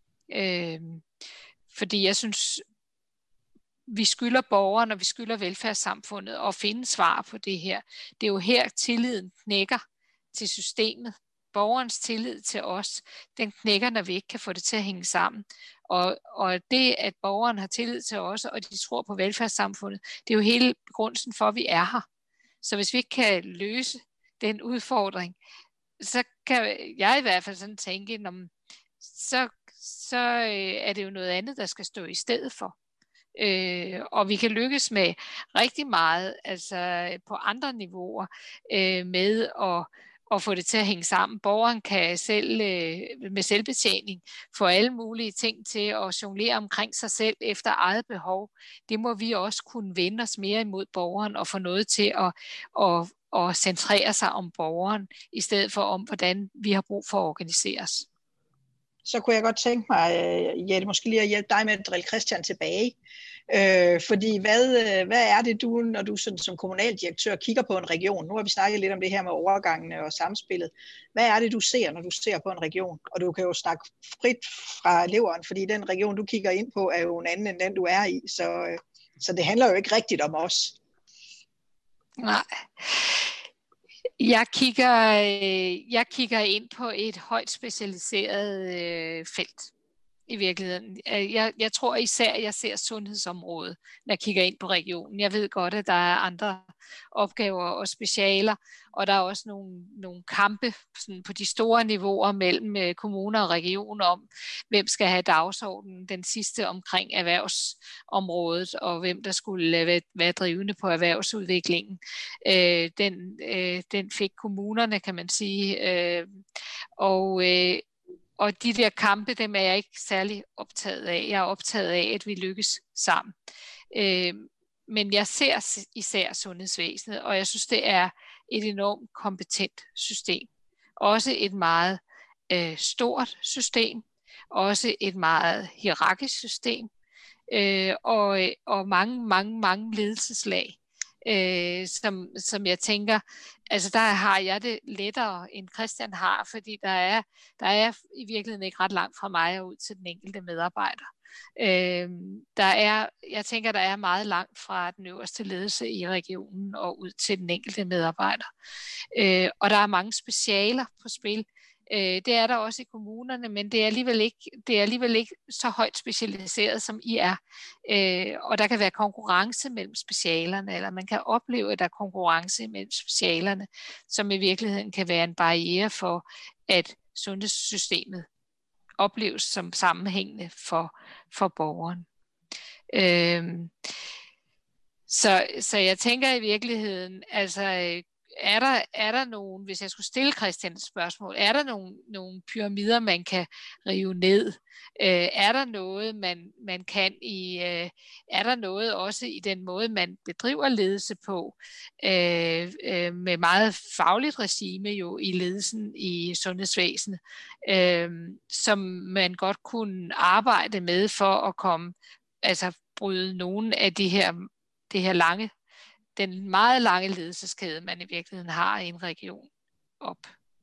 Fordi jeg synes, vi skylder borgerne og vi skylder velfærdssamfundet at finde svar på det her. Det er jo her tilliden knækker til systemet. Borgerens tillid til os, den knækker, når vi ikke kan få det til at hænge sammen. Og det, at borgeren har tillid til os, og de tror på velfærdssamfundet, det er jo hele begrundelsen for, at vi er her. Så hvis vi ikke kan løse den udfordring, så kan jeg i hvert fald sådan tænke, så er det jo noget andet, der skal stå i stedet for. Og vi kan lykkes med rigtig meget, altså på andre niveauer, med at få det til at hænge sammen. Borgeren kan selv med selvbetjening få alle mulige ting til at jonglere omkring sig selv efter eget behov. Det må vi også kunne vende os mere imod borgeren og få noget til at centrere sig om borgeren, i stedet for om, hvordan vi har brug for at organisere os.
Så kunne jeg godt tænke mig, Jette, måske lige at hjælpe dig med at drille Christian tilbage. Fordi hvad er det du, når du sådan, som kommunaldirektør kigger på en region? Nu har vi snakket lidt om det her med overgangene og samspillet. Hvad er det du ser, når du ser på en region? Og du kan jo snakke frit fra leveren, fordi den region du kigger ind på er jo en anden end den du er i. Så det handler jo ikke rigtigt om os.
Nej. Jeg kigger ind på et højt specialiseret felt i virkeligheden. Jeg tror især, at jeg ser sundhedsområdet, når jeg kigger ind på regionen. Jeg ved godt, at der er andre opgaver og specialer, og der er også nogle kampe sådan på de store niveauer mellem kommuner og regioner om, hvem skal have dagsordenen, den sidste omkring erhvervsområdet, og hvem der skulle være drivende på erhvervsudviklingen. Den fik kommunerne, kan man sige, og de der kampe, dem er jeg ikke særlig optaget af. Jeg er optaget af, at vi lykkes sammen. Men jeg ser især sundhedsvæsenet, og jeg synes, det er et enormt kompetent system. Også et meget stort system. Også et meget hierarkisk system. Og mange ledelseslag. Som jeg tænker, altså der har jeg det lettere end Christian har, fordi der er i virkeligheden ikke ret langt fra mig og ud til den enkelte medarbejder. Jeg tænker, der er meget langt fra den øverste ledelse i regionen og ud til den enkelte medarbejder. Og der er mange specialer på spil. Det er der også i kommunerne, men det er alligevel ikke så højt specialiseret, som I er. Og der kan være konkurrence mellem specialerne, eller man kan opleve, at der er konkurrence mellem specialerne, som i virkeligheden kan være en barriere for, at sundhedssystemet opleves som sammenhængende for borgeren. Så jeg tænker i virkeligheden, altså er der nogen, hvis jeg skulle stille Christian et spørgsmål, er der nogle pyramider, man kan rive ned? Er der noget, man kan er der noget også i den måde, man bedriver ledelse på, med meget fagligt regime jo i ledelsen i sundhedsvæsenet, som man godt kunne arbejde med for at bryde nogle af det her den meget lange ledelseskæde, man i virkeligheden har i en region op.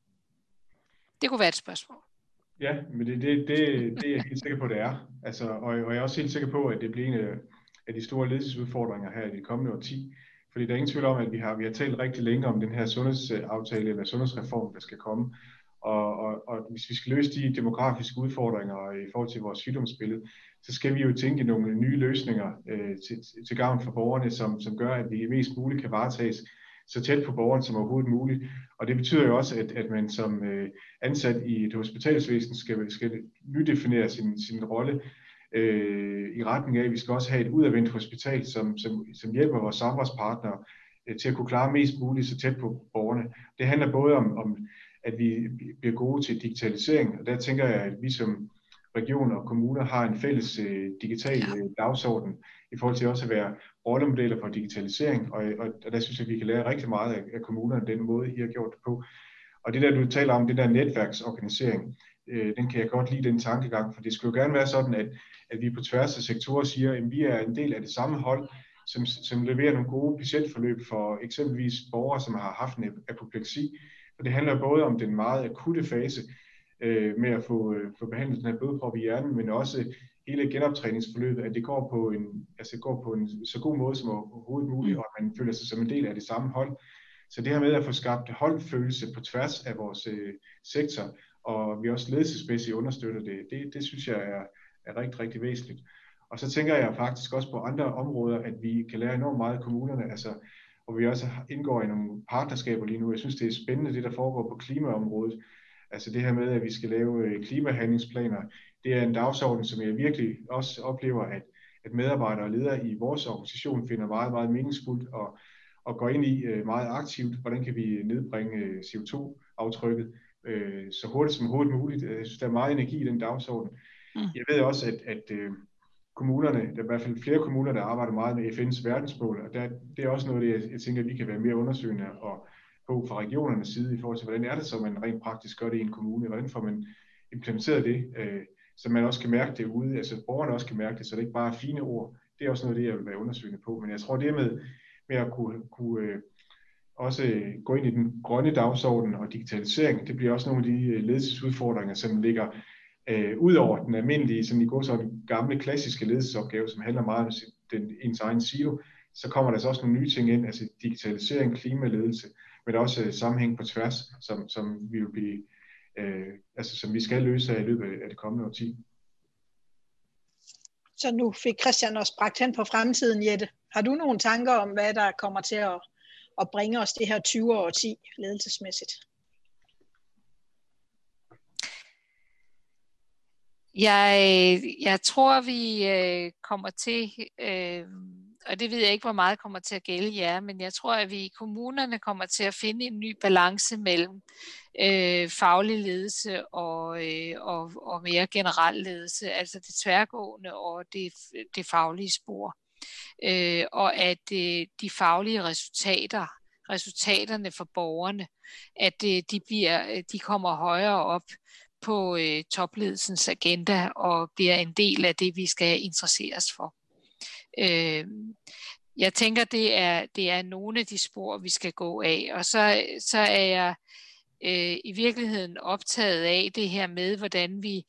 Det kunne være et spørgsmål.
Ja, men det er jeg helt sikker på, det er. Altså, og jeg er også helt sikker på, at det bliver en af de store ledelsesudfordringer her i de kommende årti. Fordi der er ingen tvivl om, at vi har talt rigtig længe om den her sundhedsaftale eller sundhedsreform, der skal komme. Og hvis vi skal løse de demografiske udfordringer i forhold til vores sygdomsbillede, så skal vi jo tænke nogle nye løsninger til gavn for borgerne, som gør, at vi mest muligt kan varetages så tæt på borgeren som overhovedet muligt. Og det betyder jo også, at man som ansat i et hospitalsvæsen skal nydefinere sin rolle i retning af, at vi skal også have et udadvendt hospital, som hjælper vores samarbejdspartnere til at kunne klare mest muligt så tæt på borgerne. Det handler både om at vi bliver gode til digitalisering, og der tænker jeg, at vi som regioner og kommuner har en fælles digital dagsorden i forhold til også at være rollemodeller for digitalisering, og der synes jeg, at vi kan lære rigtig meget af kommunerne, den måde, I har gjort det på. Og det der, du taler om, det der netværksorganisering, den kan jeg godt lide, den tankegang, for det skulle jo gerne være sådan, at vi på tværs af sektorer siger, at vi er en del af det samme hold, som leverer nogle gode patientforløb for eksempelvis borgere, som har haft en apopleksi. For det handler både om den meget akutte fase med at få behandlet den her blodprop i hjernen, men også hele genoptræningsforløbet, at det går på en så god måde som overhovedet muligt, og at man føler sig som en del af det samme hold. Så det her med at få skabt holdfølelse på tværs af vores sektor, og vi også ledelsesmæssigt understøtter det synes jeg er rigtig, rigtig væsentligt. Og så tænker jeg faktisk også på andre områder, at vi kan lære enormt meget af kommunerne, og vi også indgår i nogle partnerskaber lige nu. Jeg synes, det er spændende, det der foregår på klimaområdet. Altså det her med, at vi skal lave klimahandlingsplaner, det er en dagsorden, som jeg virkelig også oplever, at medarbejdere og ledere i vores organisation finder meget, meget meningsfuldt og går ind i meget aktivt, hvordan kan vi nedbringe CO2-aftrykket så hurtigt som overhovedet muligt. Jeg synes, der er meget energi i den dagsorden. Jeg ved også, at kommunerne, der er i hvert fald flere kommuner, der arbejder meget med FN's verdensmål, og det er også noget, jeg tænker, at vi kan være mere undersøgende og på fra regionernes side i forhold til, hvordan er det så, man rent praktisk gør det i en kommune, hvordan får man implementeret det, så man også kan mærke det ude, altså borgerne også kan mærke det, så det ikke bare er fine ord. Det er også noget af det, jeg vil være undersøgende på, men jeg tror det med at kunne også gå ind i den grønne dagsorden og digitalisering, det bliver også nogle af de ledelsesudfordringer, som ligger ud over den almindelige, sådan i går så den gamle klassiske ledelsesopgave, som handler meget om ens egen silo, så kommer der så også nogle nye ting ind, altså digitalisering, klimaledelse, men også sammenhæng på tværs, som vi vil blive, som vi skal løse i løbet af det kommende årti.
Så nu fik Christian også bragt hen på fremtiden, Jette. Har du nogle tanker om, hvad der kommer til at bringe os det her 20-årti ledelsesmæssigt?
Jeg tror, vi kommer til, og det ved jeg ikke, hvor meget kommer til at gælde jer, men jeg tror, at vi i kommunerne kommer til at finde en ny balance mellem faglig ledelse og mere generel ledelse, altså det tværgående og det faglige spor. Og at de faglige resultaterne for borgerne, at de kommer højere op på topledelsens agenda og bliver en del af det, vi skal interesseres for. Jeg tænker, det er nogle af de spor, vi skal gå af, og så er jeg i virkeligheden optaget af det her med, hvordan vi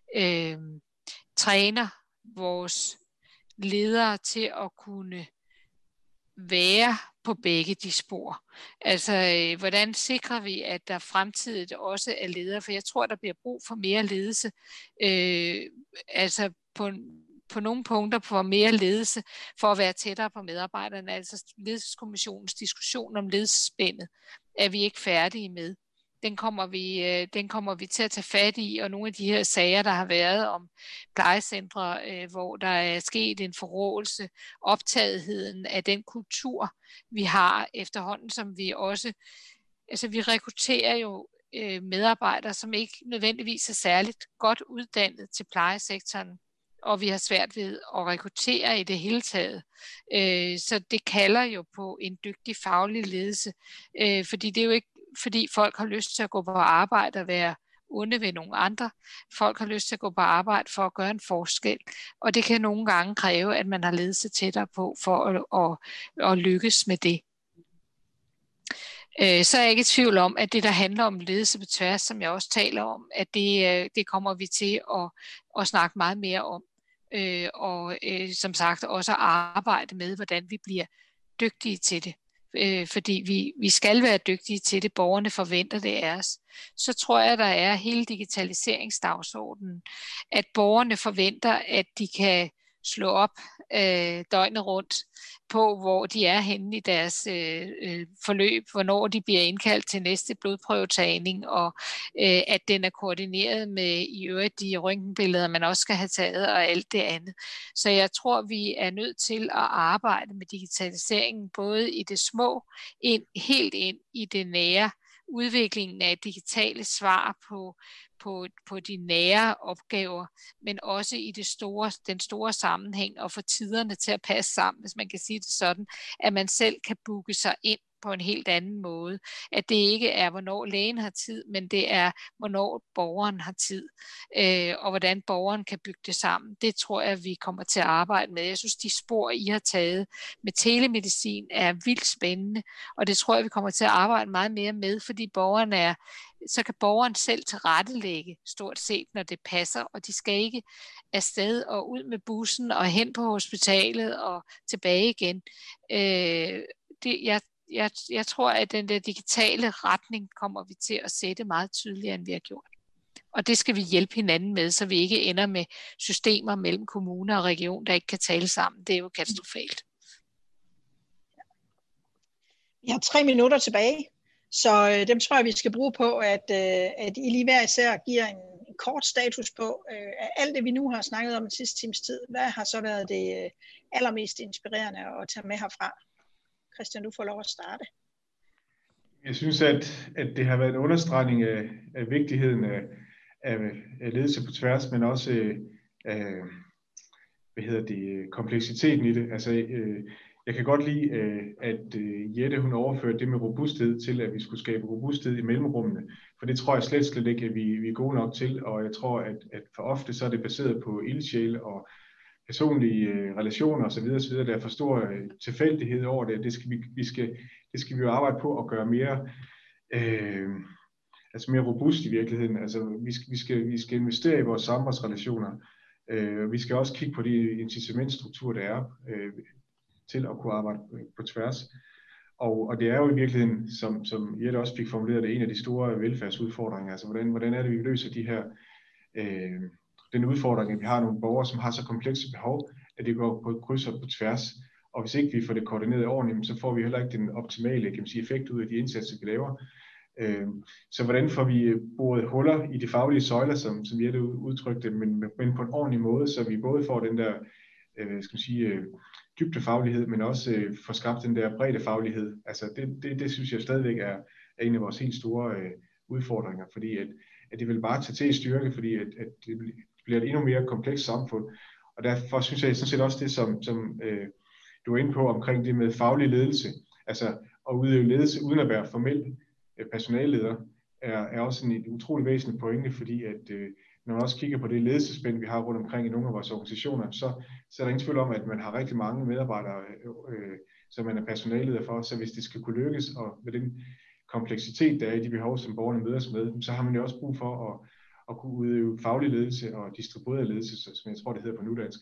træner vores ledere til at kunne være på begge de spor. Altså, hvordan sikrer vi, at der fremtidigt også er ledere? For jeg tror, der bliver brug for mere ledelse. Altså på nogle punkter for mere ledelse, for at være tættere på medarbejderne. Altså ledelseskommissionens diskussion om ledelsesspændet er vi ikke færdige med. den kommer vi til at tage fat i, og nogle af de her sager, der har været om plejecentre, hvor der er sket en forrådelse, optagetheden af den kultur, vi har efterhånden, som vi også, altså vi rekrutterer jo medarbejdere, som ikke nødvendigvis er særligt godt uddannet til plejesektoren, og vi har svært ved at rekruttere i det hele taget. Så det kalder jo på en dygtig faglig ledelse, fordi det er jo ikke, fordi folk har lyst til at gå på arbejde og være onde ved nogle andre. Folk har lyst til at gå på arbejde for at gøre en forskel, og det kan nogle gange kræve, at man har ledelse tættere på for at lykkes med det. Så er jeg ikke i tvivl om, at det, der handler om ledelse på tværs, som jeg også taler om, at det kommer vi til at snakke meget mere om. Og som sagt også at arbejde med, hvordan vi bliver dygtige til det. Fordi vi skal være dygtige til det, borgerne forventer det af os. Så tror jeg, der er hele digitaliseringsdagsordenen, at borgerne forventer, at de kan slå op døgnet rundt på, hvor de er henne i deres forløb, hvornår de bliver indkaldt til næste blodprøvetagning, og at den er koordineret med i øvrigt de røntgenbilleder, man også skal have taget, og alt det andet. Så jeg tror, vi er nødt til at arbejde med digitaliseringen, både i det små, helt ind i det nære, udviklingen af digitale svar på de nære opgaver, men også i den store sammenhæng og få tiderne til at passe sammen, hvis man kan sige det sådan, at man selv kan booke sig ind på en helt anden måde. At det ikke er, hvornår lægen har tid, men det er, hvornår borgeren har tid, og hvordan borgeren kan bygge det sammen. Det tror jeg, vi kommer til at arbejde med. Jeg synes, de spor, I har taget med telemedicin, er vildt spændende, og det tror jeg, vi kommer til at arbejde meget mere med, fordi så kan borgeren selv tilrettelægge stort set, når det passer, og de skal ikke afsted og ud med bussen og hen på hospitalet og tilbage igen. Jeg tror, at den der digitale retning kommer vi til at sætte meget tydeligere, end vi har gjort. Og det skal vi hjælpe hinanden med, så vi ikke ender med systemer mellem kommuner og region, der ikke kan tale sammen. Det er jo katastrofalt.
Vi har 3 minutter tilbage, så dem tror jeg, vi skal bruge på, at I lige hver især giver en kort status på af alt det, vi nu har snakket om den sidste times tid. Hvad har så været det allermest inspirerende at tage med herfra? Christian, du får lov at starte.
Jeg synes, at det har været en understregning af vigtigheden af ledelse på tværs, men også kompleksiteten i det. Altså, jeg kan godt lide, at Jette hun overførte det med robusthed til, at vi skulle skabe robusthed i mellemrummene. For det tror jeg slet ikke, at vi er gode nok til. Og jeg tror, at for ofte så er det baseret på ildsjæle og personlige relationer osv. Der er for stor tilfældighed over det. Det skal vi jo arbejde på at gøre mere, mere robust i virkeligheden. Altså, vi skal investere i vores samarbejdsrelationer. Vi skal også kigge på de incitamentstrukturer, der er til at kunne arbejde på tværs. Og det er jo i virkeligheden, som Jette også fik formuleret, det en af de store velfærdsudfordringer. Altså, hvordan er det, vi løser de her den udfordring, at vi har nogle borgere, som har så komplekse behov, at det går på kryds og på tværs. Og hvis ikke vi får det koordineret ordentligt, så får vi heller ikke den optimale effekt ud af de indsatser, vi laver. Så hvordan får vi boret huller i de faglige søjler, som Jette udtrykte, men på en ordentlig måde, så vi både får den der dybdefaglighed, men også får skabt den der breddefaglighed. Altså det synes jeg stadigvæk er en af vores helt store udfordringer, fordi at det vil bare tage til i styrke, fordi at det bliver et endnu mere komplekst samfund. Og derfor synes jeg sådan set også det, som du var inde på omkring det med faglig ledelse, altså at udøve ledelse uden at være formel personalleder, er også en utrolig væsentlig pointe, fordi at når man også kigger på det ledelsespænd, vi har rundt omkring i nogle af vores organisationer, så er der ingen tvivl om, at man har rigtig mange medarbejdere, som man er personalleder for, så hvis det skal kunne lykkes, og med den kompleksitet, der er i de behov, som borgerne mødes med, så har man jo også brug for at kunne udøve faglig ledelse og distribueret ledelse, som jeg tror, det hedder på nudansk.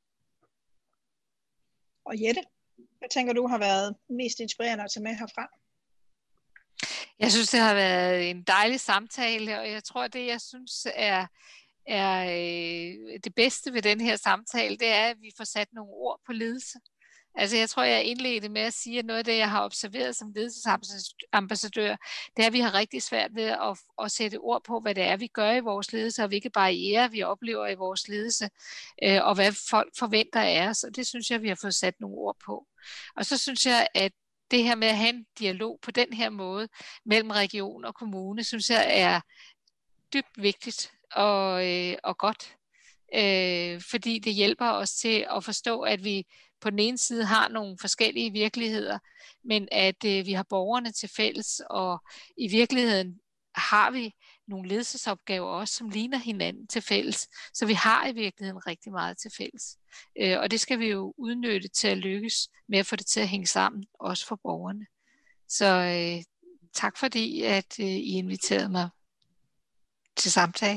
Og Jette, hvad tænker du har været mest inspirerende at tage med herfra?
Jeg synes, det har været en dejlig samtale, og jeg tror, det jeg synes er det bedste ved den her samtale, det er, at vi får sat nogle ord på ledelse. Altså jeg tror, jeg indledte med at sige, at noget af det, jeg har observeret som ledelsesambassadør, det er, at vi har rigtig svært ved at sætte ord på, hvad det er, vi gør i vores ledelse, og hvilke barrierer vi oplever i vores ledelse, og hvad folk forventer af os, og det synes jeg, vi har fået sat nogle ord på. Og så synes jeg, at det her med at have en dialog på den her måde mellem region og kommune, synes jeg er dybt vigtigt og godt. Fordi det hjælper os til at forstå, at vi på den ene side har nogle forskellige virkeligheder, men at vi har borgerne til fælles, og i virkeligheden har vi nogle ledelsesopgaver også, som ligner hinanden til fælles. Så vi har i virkeligheden rigtig meget til fælles. Og det skal vi jo udnytte til at lykkes med at få det til at hænge sammen, også for borgerne. Så tak fordi, at I inviterede mig til samtale.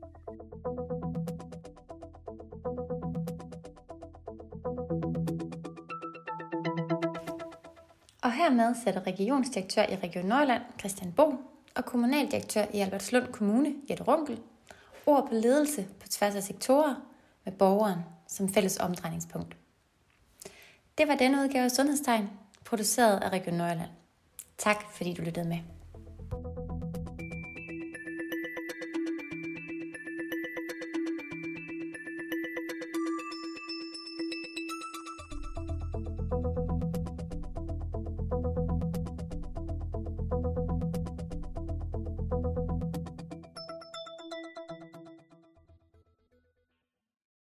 Og hermed sætter regionsdirektør i Region Nordjylland, Christian Bo, og kommunaldirektør i Albertslund Kommune, Jette Runkel, ord på ledelse på tværs af sektorer med borgeren som fælles omdrejningspunkt. Det var denne udgave af Sundhedstegn, produceret af Region Nordjylland. Tak fordi du lyttede med.